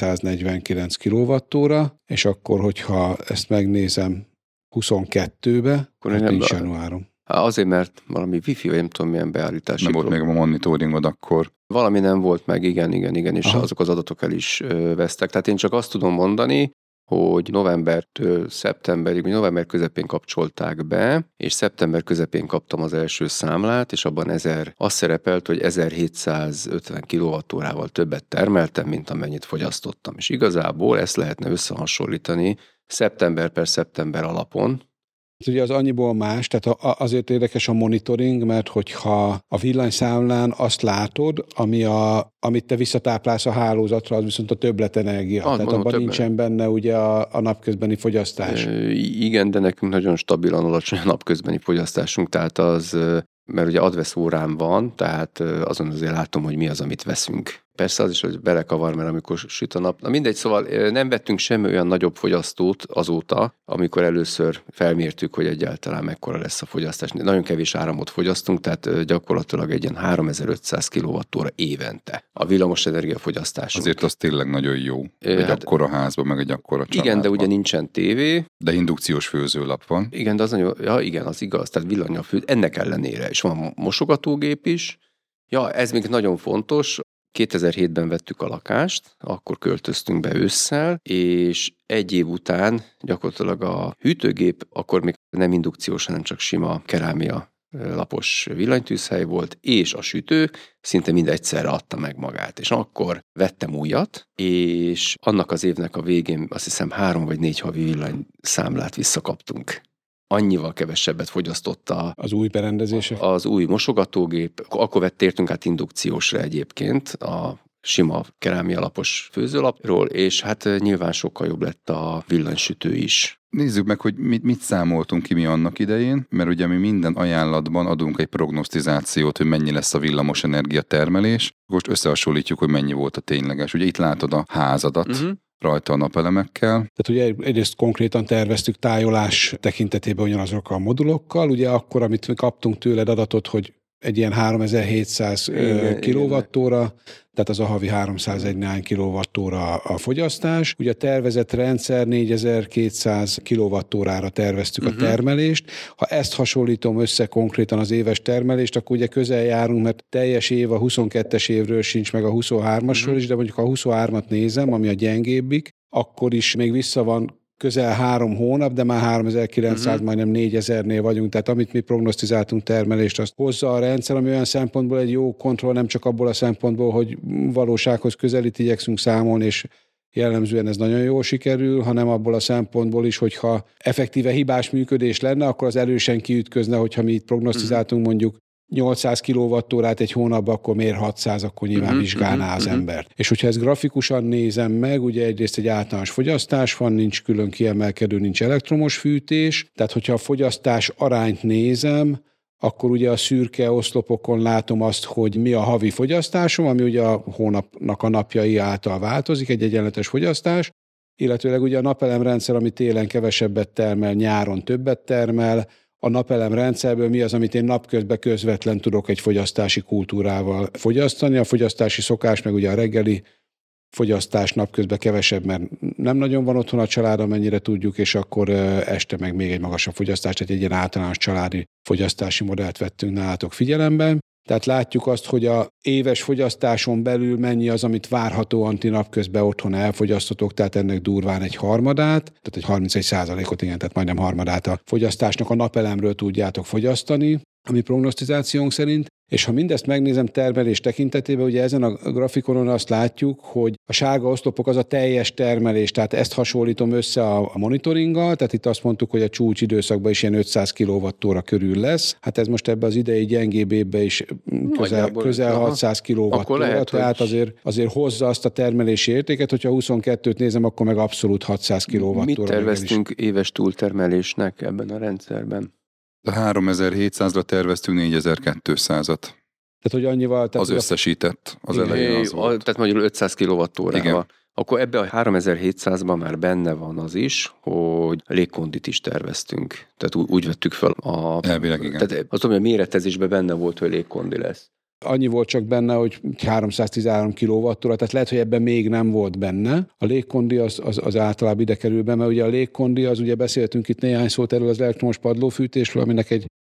449 kWh, és akkor, hogyha ezt megnézem 22-be, akkor nincs januárom. Azért, mert valami wifi, vagy nem tudom milyen beállítási Nem volt még a monitoringod akkor. Valami nem volt meg, igen, és Aha. azok az adatok el is vesztek. Tehát én csak azt tudom mondani, hogy novembertől szeptemberig, vagy november közepén kapcsolták be, és szeptember közepén kaptam az első számlát, és abban azt szerepelt, hogy 1750 kWh-val többet termeltem, mint amennyit fogyasztottam. És igazából ezt lehetne összehasonlítani szeptember per szeptember alapon. Ugye az annyiból más, tehát azért érdekes a monitoring, mert hogyha a villanyszámlán azt látod, amit te visszatáplálsz a hálózatra, az viszont a többletenergia. Tehát abban nincsen benne ugye a napközbeni fogyasztás. Igen, de nekünk nagyon stabilan alacsony a napközbeni fogyasztásunk, tehát mert ugye advesz órám van, tehát azon azért látom, hogy mi az, amit veszünk. Persze az is, hogy belekavar, mert amikor süt a nap. Na mindegy, szóval nem vettünk semmi olyan nagyobb fogyasztót azóta, amikor először felmértük, hogy egyáltalán mekkora lesz a fogyasztás. Nagyon kevés áramot fogyasztunk, tehát gyakorlatilag egy ilyen 3500 kWh évente a villamosenergia fogyasztás. Azért az tényleg nagyon jó. Egy akkora házban, meg egy akkora családban. Igen, de ugye nincsen tévé. De indukciós főzőlap van. Igen, de az nagyon, igen, az igaz, tehát villanya fő, ennek ellenére is van mosogatógép is. Ja, ez még nagyon fontos. 2007-ben vettük a lakást, akkor költöztünk be ősszel, és egy év után gyakorlatilag a hűtőgép, akkor még nem indukciós, hanem csak sima kerámia lapos villanytűzhely volt, és a sütő szinte mind egyszerre adta meg magát. És akkor vettem újat, és annak az évnek a végén azt hiszem 3 vagy 4 havi villanyszámlát visszakaptunk. Annyival kevesebbet fogyasztotta az új berendezések. Az új mosogatógép. Akkor tértünk át indukciósra egyébként a sima kerámia alapos főzőlapról, és hát nyilván sokkal jobb lett a villanysütő is. Nézzük meg, hogy mit számoltunk ki mi annak idején, mert ugye mi minden ajánlatban adunk egy prognosztizációt, hogy mennyi lesz a villamosenergia termelés. Most összehasonlítjuk, hogy mennyi volt a tényleges. Ugye itt látod a házadat, rajta a napelemekkel. Tehát ugye egyrészt konkrétan terveztük tájolás tekintetében ugyanazokkal a modulokkal, ugye akkor, amit mi kaptunk tőled adatot, hogy egy ilyen 3700 kilowattóra, tehát az a havi 301 kilowattóra a fogyasztás. Ugye a tervezett rendszer 4200 kilowattórára terveztük a termelést. Ha ezt hasonlítom össze konkrétan az éves termelést, akkor ugye közel járunk, mert teljes év a 22-es évről sincs, meg a 23-asról is, de mondjuk ha a 23-at nézem, ami a gyengébbik, akkor is még vissza van közel 3 hónap, de már 3900, majdnem 4000-nél vagyunk, tehát amit mi prognosztizáltunk termelést, azt hozza a rendszer, ami olyan szempontból egy jó kontroll, nem csak abból a szempontból, hogy valósághoz közelít igyekszünk számolni, és jellemzően ez nagyon jól sikerül, hanem abból a szempontból is, hogyha effektíve hibás működés lenne, akkor az erősen kiütközne, hogyha mi itt prognosztizáltunk mondjuk 800 kilowattórát egy hónapban, akkor miért 600, akkor nyilván vizsgálná az embert. És hogyha ezt grafikusan nézem meg, ugye egyrészt egy általános fogyasztás van, nincs külön kiemelkedő, nincs elektromos fűtés, tehát hogyha a fogyasztás arányt nézem, akkor ugye a szürke oszlopokon látom azt, hogy mi a havi fogyasztásom, ami ugye a hónapnak a napjai által változik, egy egyenletes fogyasztás, illetőleg ugye a napelemrendszer, ami télen kevesebbet termel, nyáron többet termel, a napelemrendszerből mi az, amit én napközben közvetlen tudok egy fogyasztási kultúrával fogyasztani. A fogyasztási szokás, meg ugye a reggeli fogyasztás napközben kevesebb, mert nem nagyon van otthon a család, amennyire tudjuk, és akkor este meg még egy magasabb fogyasztást, tehát egy ilyen általános családi fogyasztási modellt vettünk nálatok figyelembe. Tehát látjuk azt, hogy a éves fogyasztáson belül mennyi az, amit várhatóan ti napközben otthon elfogyasztotok, tehát ennek durván egy harmadát, tehát egy 31%-ot, igen, tehát majdnem harmadát a fogyasztásnak a napelemről tudjátok fogyasztani, ami prognosztizációnk szerint. És ha mindezt megnézem termelés tekintetében, ugye ezen a grafikonon azt látjuk, hogy a sárga oszlopok az a teljes termelés, tehát ezt hasonlítom össze a monitoringgal, tehát itt azt mondtuk, hogy a csúcs időszakban is ilyen 500 kWh körül lesz. Hát ez most ebbe az idei gyengébb évben is közel 600 kWh, tehát azért hozza azt a termelési értéket, hogyha 22-t nézem, akkor meg abszolút 600 kWh. Mit terveztünk éves túltermelésnek ebben a rendszerben? A 3700-ra terveztünk 4200-at. Tehát, hogy annyival... Az összesített az elején az volt. Tehát mondjuk 500 kWh-ra. Akkor ebbe a 3700-ban már benne van az is, hogy légkondit is terveztünk. Tehát úgy vettük fel a... Elvileg igen. Tehát az, hogy a méretezésben benne volt, hogy légkondi lesz. Annyi volt csak benne, hogy 313 kWh, tehát lehet, hogy ebben még nem volt benne. A légkondi az általában ide kerül be, mert ugye a légkondi, az ugye beszéltünk itt néhány szót erről az elektromos padlófűtésről, aminek egy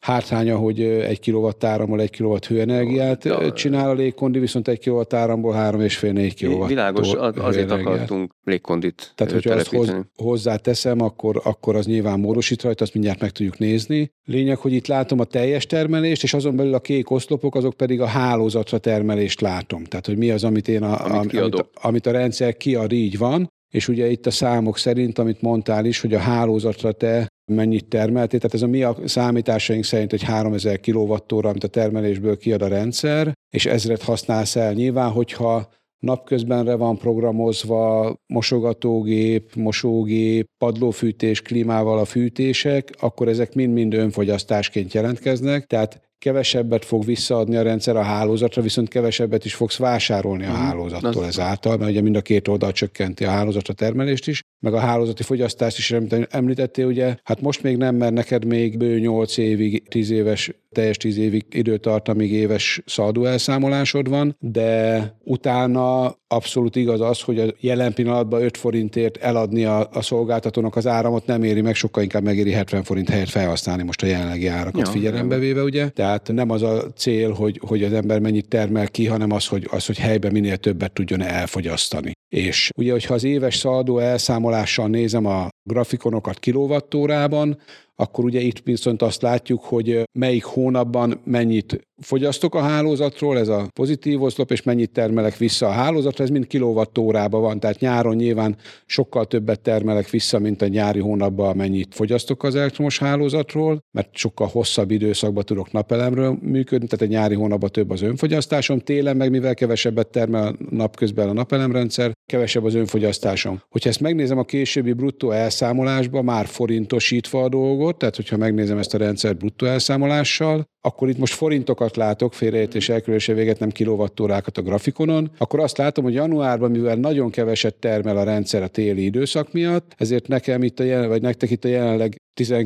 hátránya, hogy 1 kW áramból 1 kW hőenergiát csinál a légkondi, viszont 1 kW áramból 3,5-4 kW. Világos, azért akartunk légkondit tehát, hogyha ezt hozzáteszem, akkor az nyilván módosít rajta, azt mindjárt meg tudjuk nézni. Lényeg, hogy itt látom a teljes termelést, és azon belül a kék oszlopok, azok pedig a hálózatra termelést látom. Tehát, hogy mi az, amit én amit a rendszer kiad, így van. És ugye itt a számok szerint, amit mondtál is, hogy a hálózatra te mennyit termeltél, tehát ez a mi a számításaink szerint egy 3000 kWh, amit a termelésből kiad a rendszer, és 1000-et használsz el. Nyilván, hogyha napközbenre van programozva mosogatógép, mosógép, padlófűtés, klímával a fűtések, akkor ezek mind-mind önfogyasztásként jelentkeznek, tehát kevesebbet fog visszaadni a rendszer a hálózatra, viszont kevesebbet is fogsz vásárolni a hálózattól ezáltal, mert ugye mind a két oldal csökkenti a hálózatra termelést is, meg a hálózati fogyasztást is említettél, ugye, hát most még nem, mert neked még bő 8 évig, 10 éves, teljes 10 évig időtart, amíg éves szaldó elszámolásod van, de utána abszolút igaz az, hogy a jelen pillanatban 5 forintért eladni a szolgáltatónak az áramot nem éri meg, sokkal inkább megéri 70 forint helyett felhasználni most a jelenlegi árakat figyelembe véve, ugye? Tehát nem az a cél, hogy az ember mennyit termel ki, hanem az, hogy helyben minél többet tudjon elfogyasztani. És ugye, hogyha az éves szaldó elszámolással nézem a grafikonokat kilowattórában, akkor ugye itt viszont azt látjuk, hogy melyik hónapban mennyit fogyasztok a hálózatról, ez a pozitív oszlop, és mennyit termelek vissza a hálózatra, ez mind kilowattórában van, tehát nyáron nyilván sokkal többet termelek vissza, mint a nyári hónapban, mennyit fogyasztok az elektromos hálózatról, mert sokkal hosszabb időszakban tudok napelemről működni, tehát egy nyári hónapban több az önfogyasztásom, télen meg mivel kevesebbet termel napközben a napelemrendszer, kevesebb az önfogyasztásom. Hogyha ezt megnézem a későbbi bruttó elszámolásban, már forintosítva a dolgot, tehát hogyha megnézem ezt a rendszert bruttó elszámolással, akkor itt most forintokat látok, félreértés elkerülése véget, nem kilowattórákat a grafikonon, akkor azt látom, hogy januárban, mivel nagyon keveset termel a rendszer a téli időszak miatt, ezért nekem itt vagy nektek itt a jelenleg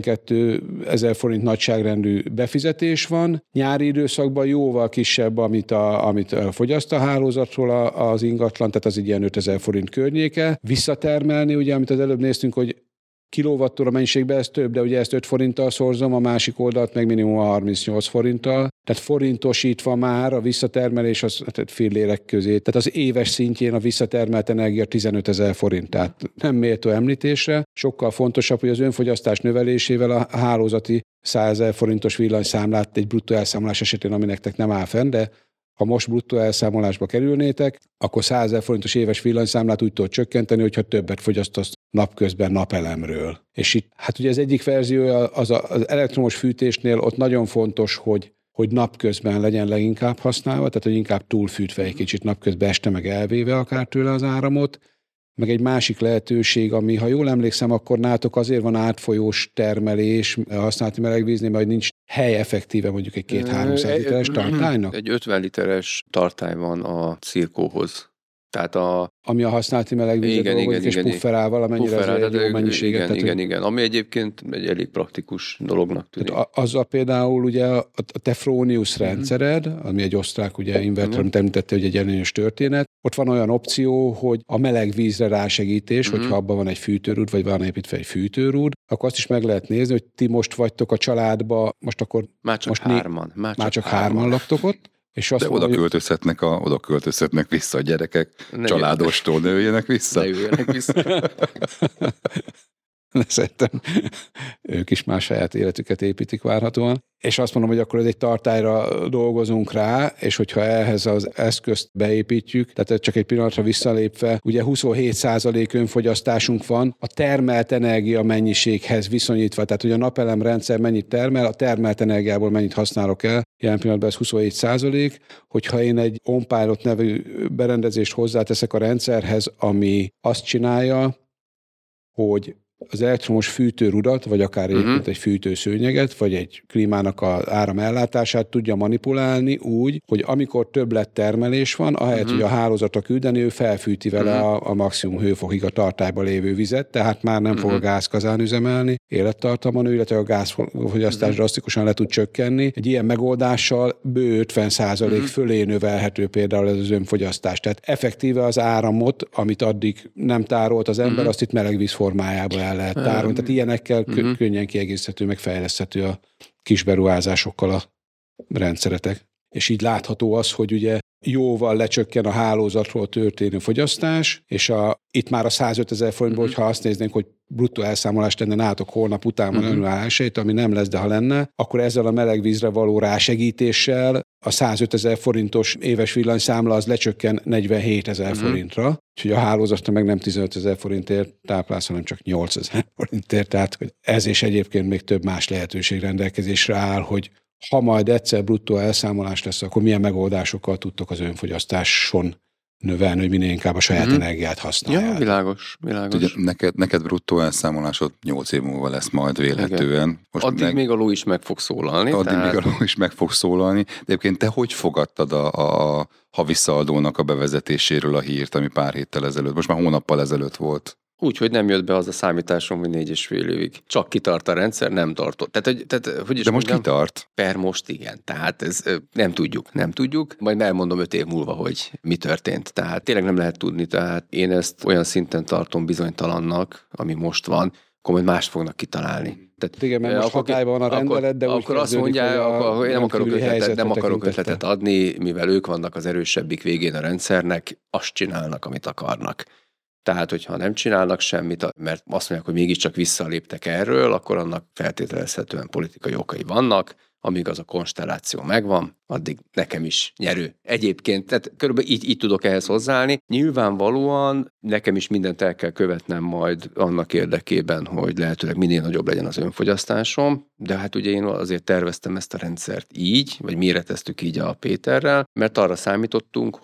12 000 forint nagyságrendű befizetés van. Nyári időszakban jóval kisebb, amit fogyaszt a hálózatról az ingatlan, tehát az egy ilyen 5000 forint környéke. Visszatermelni, ugye, amit az előbb néztünk, hogy kilowattóra mennyiségben ez több, de ugye ezt 5 forinttal szorzom, a másik oldalt meg minimum 38 forinttal. Tehát forintosítva már a visszatermelés az fillérek közé. Tehát az éves szintjén a visszatermelt energia 15 000 forint. Tehát nem méltó említésre. Sokkal fontosabb, hogy az önfogyasztás növelésével a hálózati 100 000 forintos villanyszámlát egy bruttó elszámolás esetén, ami nektek nem áll fenn, de ha most bruttó elszámolásba kerülnétek, akkor 100 000 forintos éves villanyszámlát úgy tudod csökkenteni, hogyha többet fogyasztasz napközben napelemről. És itt, hát ugye az egyik verziója az elektromos fűtésnél ott nagyon fontos, hogy napközben legyen leginkább használva, tehát hogy inkább túlfűtve egy kicsit napközben, este meg elvéve akár tőle az áramot. Meg egy másik lehetőség, ami, ha jól emlékszem, akkor nálatok azért van átfolyós termelés a használati melegvíznél, mert nincs hely effektíve mondjuk egy 200-300 literes tartálynak? Egy 50 literes tartály van a cirkóhoz. Tehát ami a használati melegvízet dolgozik, és pufferál valamennyire az jó mennyiséget. Igen. Ami egyébként egy elég praktikus dolognak tűnik. Azzal például ugye a te Fronius rendszered, ami egy osztrák ugye inverter, amit említette, hogy egy előnyös történet, ott van olyan opció, hogy a melegvízre rásegítés, hogyha abban van egy fűtőrúd, vagy van építve egy fűtőrúd, akkor azt is meg lehet nézni, hogy ti most vagytok a családba, most akkor... Már csak hárman laktok ott. És azt de oda költözhetnek vissza a gyerekek, családostól ne jöjjenek vissza. Szerintem ők is már saját életüket építik várhatóan. És azt mondom, hogy akkor ez egy tartályra dolgozunk rá, és hogyha ehhez az eszközt beépítjük, tehát csak egy pillanatra visszalépve, ugye 27% önfogyasztásunk van a termelt energia mennyiséghez viszonyítva, tehát hogy a napelem rendszer mennyit termel, a termelt energiából mennyit használok el, jelen pillanatban ez 27%, hogyha én egy OnPilot nevű berendezést hozzáteszek a rendszerhez, ami azt csinálja, hogy az elektromos fűtőrudat, vagy akár egy fűtőszőnyeget, vagy egy klímának az áramellátását tudja manipulálni úgy, hogy amikor többlettermelés van, ahelyett, hogy a hálózatra küldeni, ő felfűti vele a maximum hőfokig a tartályban lévő vizet, tehát már nem fog a gázkazán üzemelni élettartamon, illetve a gázfogyasztás drasztikusan le tud csökkenni. Egy ilyen megoldással bő 50% fölé növelhető például ez az önfogyasztás. Tehát effektíve az áramot, amit addig nem tárolt az ember, azt itt melegvíz formájában el lehet tárolni. Tehát ilyenekkel könnyen kiegészíthető, meg fejleszthető a kis beruházásokkal a rendszeretek. És így látható az, hogy ugye jóval lecsökken a hálózatról történő fogyasztás, és itt már a 105 000 forintból, hogyha azt néznénk, hogy bruttó elszámolást tenne nálatok holnap után van január 1-től, ami nem lesz, de ha lenne, akkor ezzel a meleg vízre való rásegítéssel a 105 000 forintos éves villanyszámla az lecsökken 47 000 forintra, úgyhogy a hálózatra meg nem 15 000 forintért táplálsz, hanem csak 8 000 forintért, tehát hogy ez és egyébként még több más lehetőség rendelkezésre áll, hogy ha majd egyszer bruttó elszámolás lesz, akkor milyen megoldásokkal tudtok az önfogyasztáson növelni, hogy minél inkább a saját energiát használják. Ja, világos. Ugye, neked bruttó elszámolásod 8 év múlva lesz majd vélhetően. Most addig még a ló is meg fog szólalni. Még a ló is meg fog szólalni. De egyébként te hogy fogadtad a havi szaldónak a bevezetéséről a hírt, ami pár héttel ezelőtt, most már hónappal ezelőtt volt? Úgy, hogy nem jött be az a számításom, hogy 4,5 évig. Csak kitart a rendszer, nem tartott. De most kitart? Per most igen. Tehát ez nem tudjuk. Majd elmondom 5 év múlva, hogy mi történt. Tehát tényleg nem lehet tudni. Tehát én ezt olyan szinten tartom bizonytalannak, ami most van, akkor majd mást fognak kitalálni. Tehát, igen, mert most hatályban van a rendelet, de akkor azt mondják, hogy én nem akarok ötletet adni, mivel ők vannak az erősebbik végén a rendszernek, azt csinálnak, amit akarnak. Tehát, hogyha nem csinálnak semmit, mert azt mondják, hogy mégiscsak visszaléptek erről, akkor annak feltételezhetően politikai okai vannak, amíg az a konstelláció megvan, addig nekem is nyerő. Egyébként, tehát körülbelül így tudok ehhez hozzáállni. Nyilvánvalóan nekem is mindent el kell követnem majd annak érdekében, hogy lehetőleg minél nagyobb legyen az önfogyasztásom, de hát ugye én azért terveztem ezt a rendszert így, vagy méreteztük így a Péterrel, mert arra számítottam,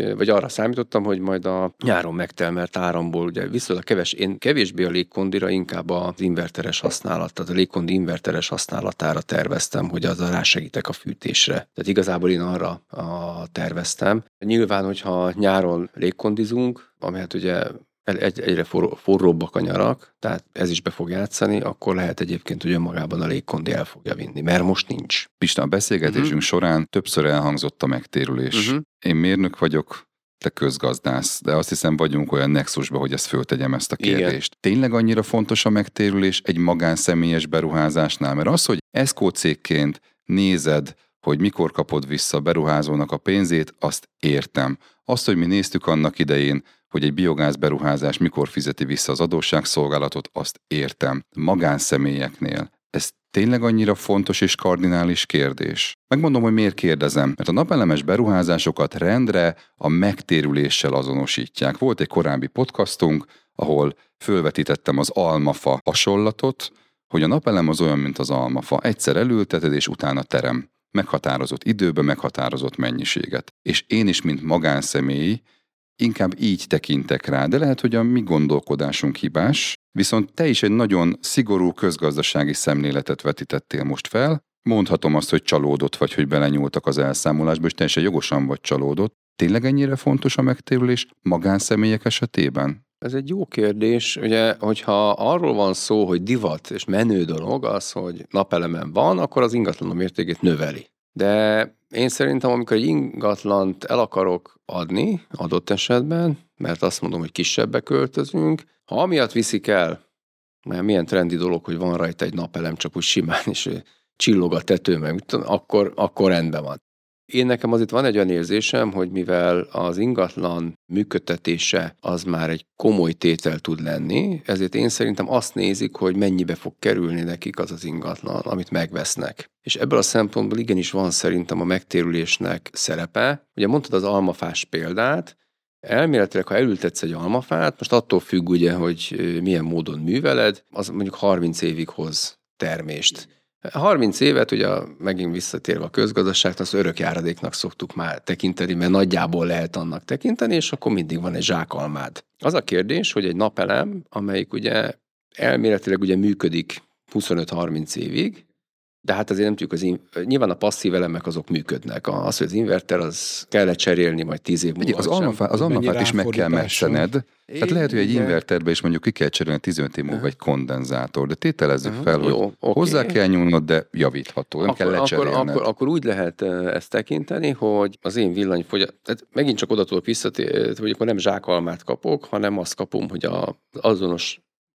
hogy majd a nyáron megtermelt áramból, ugye viszonylag én kevésbé a légkondira, inkább az inverteres használat, tehát a légkondi inverteres használatára terveztem, hogy azzal rásegítek a fűtésre. Tehát igazából én arra terveztem. Nyilván, hogyha nyáron légkondizunk, ami hát ugye egyre forróbbak a nyarak, tehát ez is be fog játszani, akkor lehet egyébként, hogy önmagában a légkondi el fogja vinni, mert most nincs. Pista, a beszélgetésünk során többször elhangzott a megtérülés. Én mérnök vagyok, te közgazdász, de azt hiszem vagyunk olyan nexusban, hogy ezt föltegyem ezt a kérdést. Igen. Tényleg annyira fontos a megtérülés egy magánszemélyes beruházásnál? Mert az, hogy ESCO cégként nézed, hogy mikor kapod vissza a beruházónak a pénzét, azt értem. Azt, hogy mi néztük annak idején, hogy egy biogáz beruházás mikor fizeti vissza az adósságszolgálatot, azt értem. Magánszemélyeknél ez tényleg annyira fontos és kardinális kérdés? Megmondom, hogy miért kérdezem. Mert a napelemes beruházásokat rendre a megtérüléssel azonosítják. Volt egy korábbi podcastunk, ahol fölvetítettem az almafa hasonlatot, hogy a napelem az olyan, mint az almafa. Egyszer elülteted, és utána terem. Meghatározott időben, meghatározott mennyiséget. És én is, mint magánszemély, inkább így tekintek rá, de lehet, hogy a mi gondolkodásunk hibás, viszont te is egy nagyon szigorú közgazdasági szemléletet vetítettél most fel. Mondhatom azt, hogy csalódott vagy, hogy belenyúltak az elszámolásba, és teljesen jogosan vagy csalódott. Tényleg ennyire fontos a megtérülés magánszemélyek esetében? Ez egy jó kérdés. Ugye, hogyha arról van szó, hogy divat és menő dolog az, hogy napelemen van, akkor az ingatlanom mértékét növeli. De én szerintem, amikor egy ingatlant el akarok adni adott esetben, mert azt mondom, hogy kisebbe költözünk, ha amiatt viszik el, mert milyen trendi dolog, hogy van rajta egy napelem, csak úgy simán, és csillog a tető, meg akkor rendben van. Én nekem azért van egy olyan érzésem, hogy mivel az ingatlan működtetése az már egy komoly tétel tud lenni, ezért én szerintem azt nézik, hogy mennyibe fog kerülni nekik az ingatlan, amit megvesznek. És ebből a szempontból igenis van szerintem a megtérülésnek szerepe. Ugye mondtad az almafás példát, elméletileg, ha elültetsz egy almafát, most attól függ ugye, hogy milyen módon műveled, az mondjuk 30 évig hoz termést. 30 évet, ugye megint visszatérve a közgazdaságnak, az örökjáradéknak szoktuk már tekinteni, mert nagyjából lehet annak tekinteni, és akkor mindig van egy zsákalmád. Az a kérdés, hogy egy napelem, amelyik ugye elméletileg ugye működik 25-30 évig, de hát azért nem tudjuk, nyilván a passzív elemek azok működnek. Az, hogy az inverter, az kell cserélni majd 10 év múlva. Az almafát is meg kell messzened. Tehát lehet, hogy egy inverterbe is mondjuk ki kell cserélni 15 év múlva egy kondenzátor, de tételezzük fel, hogy hozzá kell nyúlnod, de javítható, nem kell lecserélned. Akkor úgy lehet ezt tekinteni, hogy az én tehát megint csak oda tudok visszatérni, hogy akkor nem zsákalmát kapok, hanem azt kapom, hogy az azonos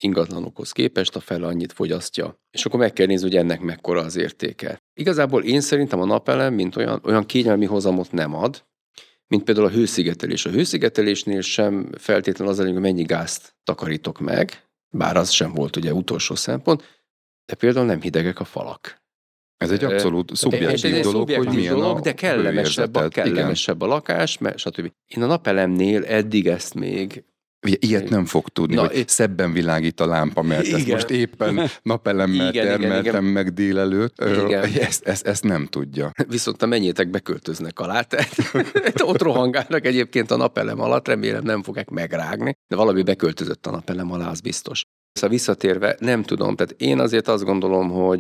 ingatlanokhoz képest, a fele annyit fogyasztja. És akkor meg kell nézni, hogy ennek mekkora az értéke. Igazából én szerintem a napelem, mint olyan kényelmi hozamot nem ad, mint például a hőszigetelés. A hőszigetelésnél sem feltétlenül az a lényeg, hogy mennyi gázt takarítok meg, bár az sem volt ugye utolsó szempont, de például nem hidegek a falak. Ez egy abszolút szubjektív dolog, hogy milyen dolog, a de kellemesebb a lakás, mert stb. Én a napelemnél eddig ezt még... Ugye ilyet nem fog tudni, hogy szebben világít a lámpa, mert ezt most éppen napelemmel termeltem meg délelőtt. Ezt nem tudja. Viszont a mennyétek beköltöznek alá, tehát ott rohangálnak egyébként a napelem alatt, remélem nem fogják megrágni, de valami beköltözött a napelem alá, az biztos. Szóval visszatérve, nem tudom, tehát én azért azt gondolom, hogy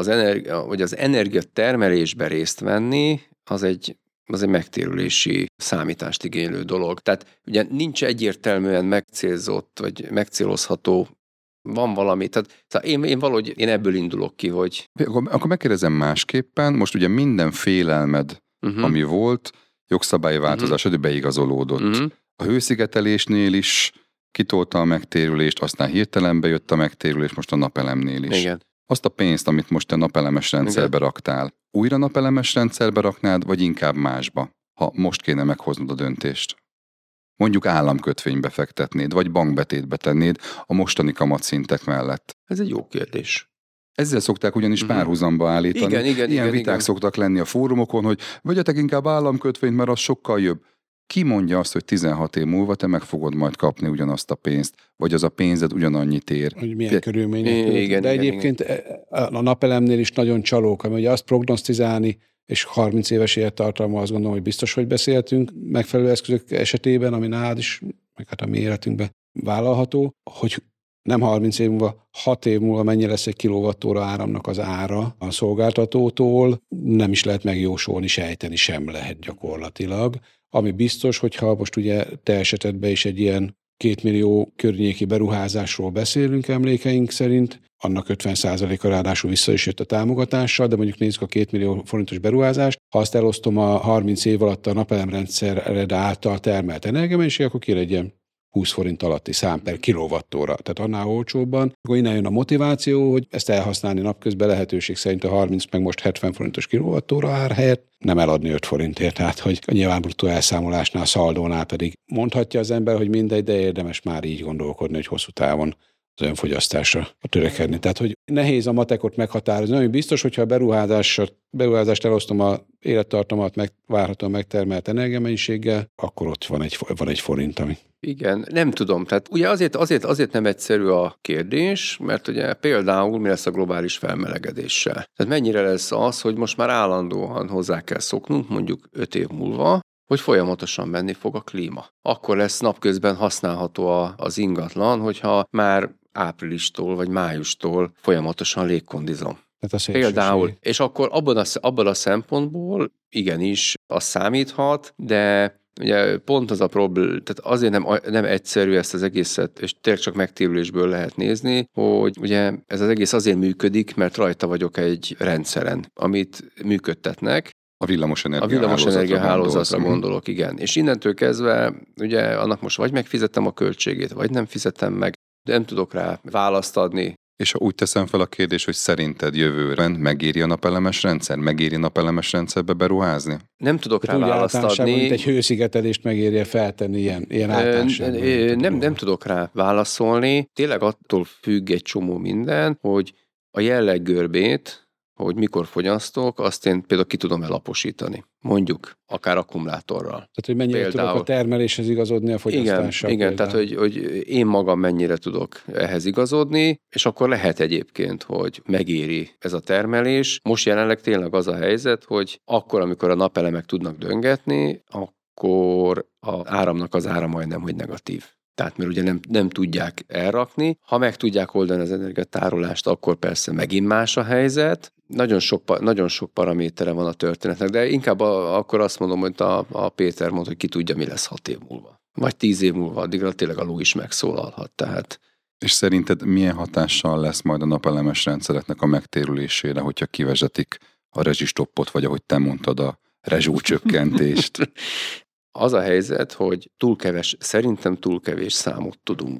az energiatermelésbe részt venni, az egy megtérülési számítást igénylő dolog. Tehát ugye nincs egyértelműen megcélzott, vagy megcélozható, van valami, tehát én valahogy ebből indulok ki, hogy... Akkor megkérdezem másképpen, most ugye minden félelmed, ami volt, jogszabályi változás, beigazolódott. A hőszigetelésnél is kitolta a megtérülést, aztán hirtelen bejött a megtérülés, most a napelemnél is. Igen. Azt a pénzt, amit most te napelemes rendszerbe raktál, újra napelemes rendszerbe raknád, vagy inkább másba, ha most kéne meghoznod a döntést? Mondjuk államkötvénybe fektetnéd, vagy bankbetétbe tennéd a mostani kamatszintek mellett. Ez egy jó kérdés. Ezzel szokták ugyanis párhuzamba állítani. Ilyen viták szoktak lenni a fórumokon, hogy vegyetek inkább államkötvényt, mert az sokkal jobb. Ki mondja azt, hogy 16 év múlva te meg fogod majd kapni ugyanazt a pénzt, vagy az a pénzed ugyanannyit ér? Hogy milyen körülmények. De egyébként a napelemnél is nagyon csalók, mert ugye azt prognosztizálni, és 30 éves élettartalma, azt gondolom, hogy biztos, hogy beszéltünk megfelelő eszközök esetében, ami nálad is, meg hát a mi életünkben vállalható, hogy nem 30 év múlva, 6 év múlva mennyi lesz egy kilowattóra áramnak az ára a szolgáltatótól, nem is lehet megjósolni, sejteni sem lehet gyakorlatilag. Ami biztos, hogyha most ugye te esetedben is egy ilyen 2 millió környéki beruházásról beszélünk emlékeink szerint, annak 50%-a ráadásul vissza is jött a támogatással, de mondjuk nézzük a 2 millió forintos beruházást, ha azt elosztom a 30 év alatt a napelemrendszerre által termelt energiamennyiség, akkor kér egy ilyen 20 forint alatti szám per kilowattóra. Tehát annál olcsóbban, akkor innen jön a motiváció, hogy ezt elhasználni napközben lehetőség szerint a 30 meg most 70 forintos kilowattóra ár helyett nem eladni 5 forintért. Tehát, hogy a nyilván bruttó elszámolásnál, szaldónál pedig mondhatja az ember, hogy mindegy, de érdemes már így gondolkodni, hogy hosszú távon az önfogyasztásra törekedni. Tehát, hogy nehéz a matekot meghatározni. Ami biztos, hogyha a beruházást elosztom a élettartamat várhatóan megtermelt energiamennyiséggel, akkor ott van egy forint, ami... Igen, nem tudom. Tehát ugye azért nem egyszerű a kérdés, mert ugye például mi lesz a globális felmelegedéssel. Tehát mennyire lesz az, hogy most már állandóan hozzá kell szoknunk, mondjuk 5 év múlva, hogy folyamatosan menni fog a klíma. Akkor lesz napközben használható az ingatlan, hogyha már áprilistól vagy májustól folyamatosan légkondizom. Például. És akkor abban a szempontból igenis az számíthat, de ugye pont az a probléma, tehát azért nem egyszerű ezt az egészet, és tényleg csak megtérülésből lehet nézni, hogy ugye ez az egész azért működik, mert rajta vagyok egy rendszeren, amit működtetnek. A villamosenergia hálózatra gondolok, igen. És innentől kezdve, ugye annak most vagy megfizettem a költségét, vagy nem fizetem meg, de nem tudok rá választ adni. És ha úgy teszem fel a kérdést, hogy szerinted jövőre megéri a napelemes rendszer? Megéri napelemes rendszerbe beruházni? Nem tudok rá választ adni. Mint egy hőszigetelést megéri feltenni ilyen általánosságban? Nem tudok rá válaszolni. Tényleg attól függ egy csomó minden, hogy a jelleggörbét, hogy mikor fogyasztok, azt én például ki tudom elaposítani. Mondjuk, akár akkumulátorral. Tehát, hogy mennyire tudok a termeléshez igazodni a fogyasztással. Igen, tehát, hogy én magam mennyire tudok ehhez igazodni, és akkor lehet egyébként, hogy megéri ez a termelés. Most jelenleg tényleg az a helyzet, hogy akkor, amikor a napelemek tudnak döngetni, akkor az áramnak az ára majdnem, hogy negatív. Tehát mert ugye nem tudják elrakni. Ha meg tudják oldani az energiatárolást, akkor persze megint más a helyzet. Nagyon sok paramétere van a történetnek, de inkább akkor azt mondom, hogy a Péter mond, hogy ki tudja, mi lesz 6 év múlva. Vagy 10 év múlva, addigra tényleg a ló is megszólalhat. Tehát... És szerinted milyen hatással lesz majd a napelemes rendszereknek a megtérülésére, hogyha kivezetik a rezsistoppot, vagy ahogy te mondtad, a rezsócsökkentést? Az a helyzet, hogy szerintem túl kevés számot tudunk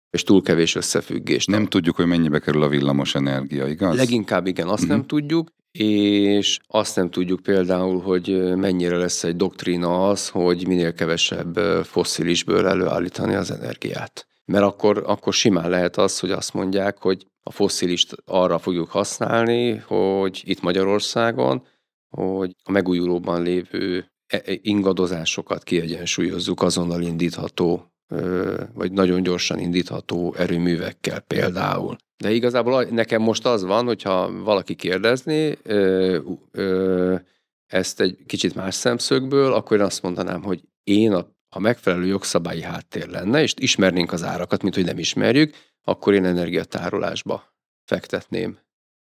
és túl kevés összefüggés. Nem tudjuk, hogy mennyibe kerül a villamos energia, igaz? Leginkább igen, azt nem tudjuk, és azt nem tudjuk például, hogy mennyire lesz egy doktrína az, hogy minél kevesebb fosszilisből előállítani az energiát. Mert akkor simán lehet az, hogy azt mondják, hogy a fosszilist arra fogjuk használni, hogy itt Magyarországon, hogy a megújulóban lévő ingadozásokat kiegyensúlyozzuk azonnal indítható, vagy nagyon gyorsan indítható erőművekkel például. De igazából nekem most az van, hogyha valaki kérdezné ezt egy kicsit más szemszögből, akkor én azt mondanám, hogy ha megfelelő jogszabályi háttér lenne, és ismernénk az árakat, mint hogy nem ismerjük, akkor én energiatárolásba fektetném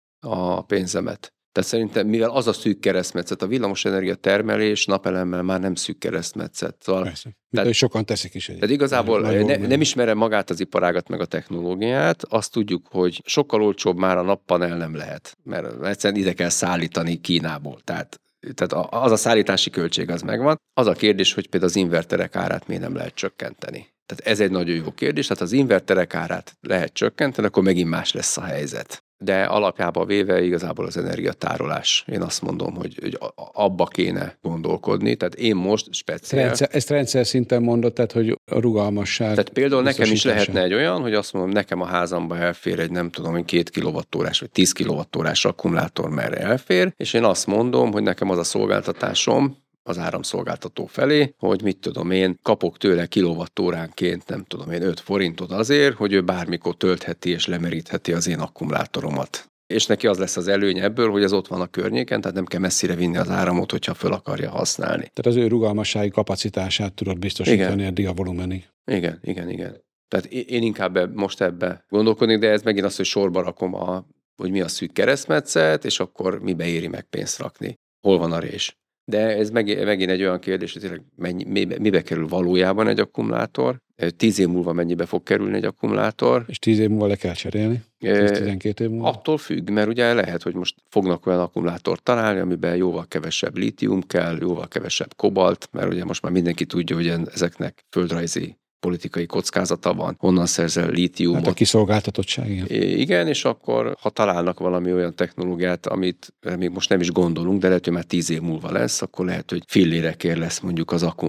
a pénzemet. Tehát szerintem, mivel az a szűk keresztmetszet, a villamosenergia termelés napelemmel már nem szűk keresztmetszet. Szóval, tehát sokan teszik is. Tehát igazából nem ismerem magát az iparágat meg a technológiát, azt tudjuk, hogy sokkal olcsóbb már a nappanel nem lehet, mert egyszerűen ide kell szállítani Kínából. Tehát az a szállítási költség az megvan. Az a kérdés, hogy például az inverterek árát miért nem lehet csökkenteni. Tehát ez egy nagyon jó kérdés, tehát az inverterek árát lehet csökkenteni, akkor megint más lesz a helyzet. De alapjában véve igazából az energiatárolás. Én azt mondom, hogy abba kéne gondolkodni. Tehát én most speciál... Ezt rendszer szinten mondod, tehát hogy a rugalmasság... Tehát például nekem is lehetne egy olyan, hogy azt mondom, nekem a házamba elfér egy nem tudom, hogy 2 kWh-s vagy 10 kWh-s akkumulátor, merre elfér, és én azt mondom, hogy nekem az a szolgáltatásom az áramszolgáltató felé, hogy mit tudom én, kapok tőle kilovattóránként, nem tudom én, 5 forintot azért, hogy ő bármikor töltheti és lemerítheti az én akkumulátoromat. És neki az lesz az előny ebből, hogy ez ott van a környéken, tehát nem kell messzire vinni az áramot, hogyha föl akarja használni. Tehát az ő rugalmassági kapacitását tudod biztosítani eddig a volumenig. Igen. Tehát én inkább most ebbe gondolkodnék, de ez megint az, hogy sorba rakom, hogy mi a szűk keresztmetszet, és akkor mibe éri meg pénzt rakni. Hol van a rés? De ez megint egy olyan kérdés, hogy tényleg mibe kerül valójában egy akkumulátor, 10 év múlva mennyibe fog kerülni egy akkumulátor. És 10 év múlva le kell cserélni? 10-12 év múlva? Attól függ, mert ugye lehet, hogy most fognak olyan akkumulátort találni, amiben jóval kevesebb lítium kell, jóval kevesebb kobalt, mert ugye most már mindenki tudja, hogy ezeknek földrajzi politikai kockázata van, honnan szerzel lítiumot. Hát a kiszolgáltatottság, igen. Igen, és akkor, ha találnak valami olyan technológiát, amit még most nem is gondolunk, de lehet, hogy már 10 év múlva lesz, akkor lehet, hogy fillérekért lesz mondjuk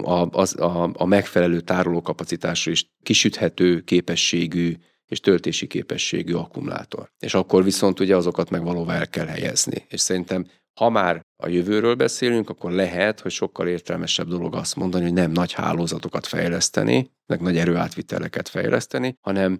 a megfelelő tárolókapacitású és kisüthető képességű és töltési képességű akkumulátor. És akkor viszont ugye azokat meg valóban el kell helyezni. És szerintem ha már a jövőről beszélünk, akkor lehet, hogy sokkal értelmesebb dolog azt mondani, hogy nem nagy hálózatokat fejleszteni, meg nagy erőátviteleket fejleszteni, hanem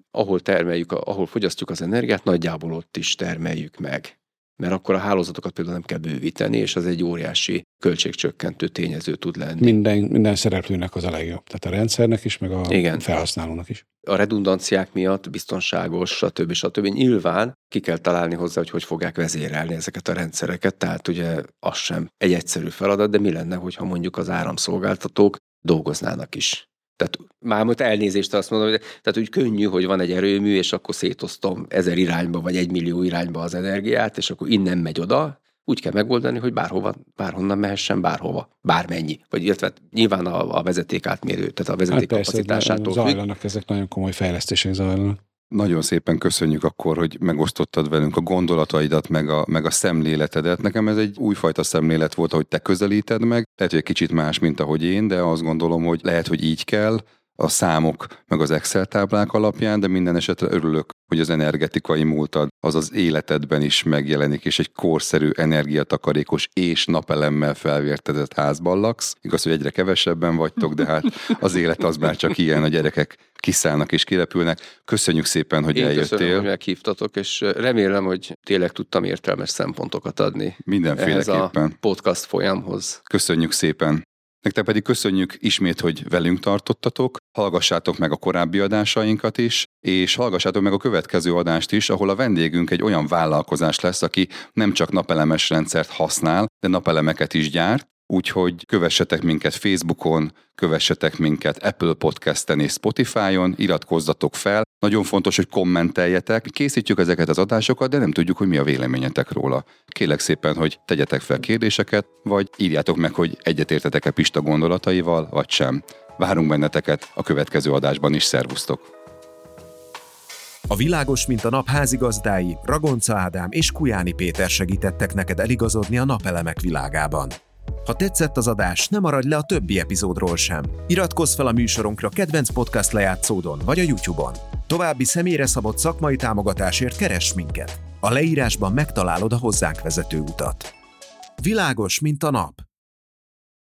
ahol fogyasztjuk az energiát, nagyjából ott is termeljük meg. Mert akkor a hálózatokat például nem kell bővíteni, és az egy óriási költségcsökkentő tényező tud lenni. Minden szereplőnek az a legjobb. Tehát a rendszernek is, meg a felhasználónak is. A redundanciák miatt biztonságos, stb. Nyilván ki kell találni hozzá, hogy fogják vezérelni ezeket a rendszereket, tehát ugye az sem egy egyszerű feladat, de mi lenne, hogyha mondjuk az áramszolgáltatók dolgoznának is. Tehát már most elnézést azt mondom, hogy tehát úgy könnyű, hogy van egy erőmű, és akkor szétosztom 1000 irányba, vagy 1 millió irányba az energiát, és akkor innen megy oda. Úgy kell megoldani, hogy bárhonnan mehessen bárhova, bármennyi. Vagy illetve nyilván a vezeték átmérő, tehát a vezeték kapacitásától függ. Zajlanak, ezek nagyon komoly fejlesztések zajlanak. Nagyon szépen köszönjük akkor, hogy megosztottad velünk a gondolataidat, meg a szemléletedet. Nekem ez egy újfajta szemlélet volt, ahogy te közelíted meg. Lehet, hogy egy kicsit más, mint ahogy én, de azt gondolom, hogy lehet, hogy így kell a számok, meg az Excel táblák alapján, de minden esetre örülök, hogy az energetikai múltad az az életedben is megjelenik, és egy korszerű, energiatakarékos és napelemmel felvértezett házban laksz. Igaz, hogy egyre kevesebben vagytok, de hát az élet az már csak ilyen, a gyerekek kiszállnak és kirepülnek. Köszönjük szépen, hogy eljöttél. Köszönöm, hogy meghívtatok, és remélem, hogy tényleg tudtam értelmes szempontokat adni mindenféleképpen ehhez a podcast folyamhoz. Köszönjük szépen. Nektek pedig köszönjük ismét, hogy velünk tartottatok, hallgassátok meg a korábbi adásainkat is, és hallgassátok meg a következő adást is, ahol a vendégünk egy olyan vállalkozás lesz, aki nem csak napelemes rendszert használ, de napelemeket is gyárt, úgyhogy kövessetek minket Facebookon, kövessetek minket Apple Podcasten és Spotify-on, iratkozzatok fel. Nagyon fontos, hogy kommenteljetek. Készítjük ezeket az adásokat, de nem tudjuk, hogy mi a véleményetek róla. Kérlek szépen, hogy tegyetek fel kérdéseket, vagy írjátok meg, hogy egyetértetek-e Pista gondolataival, vagy sem. Várunk benneteket a következő adásban is, szervusztok! A Világos, mint a nap házigazdái, Ragonca Ádám és Kujáni Péter segítettek neked eligazodni a napelemek világában. Ha tetszett az adás, ne maradj le a többi epizódról sem. Iratkozz fel a műsorunkra kedvenc podcast lejátszódon vagy a YouTube-on. További személyre szabott szakmai támogatásért keress minket. A leírásban megtalálod a hozzánk vezető utat. Világos, mint a nap.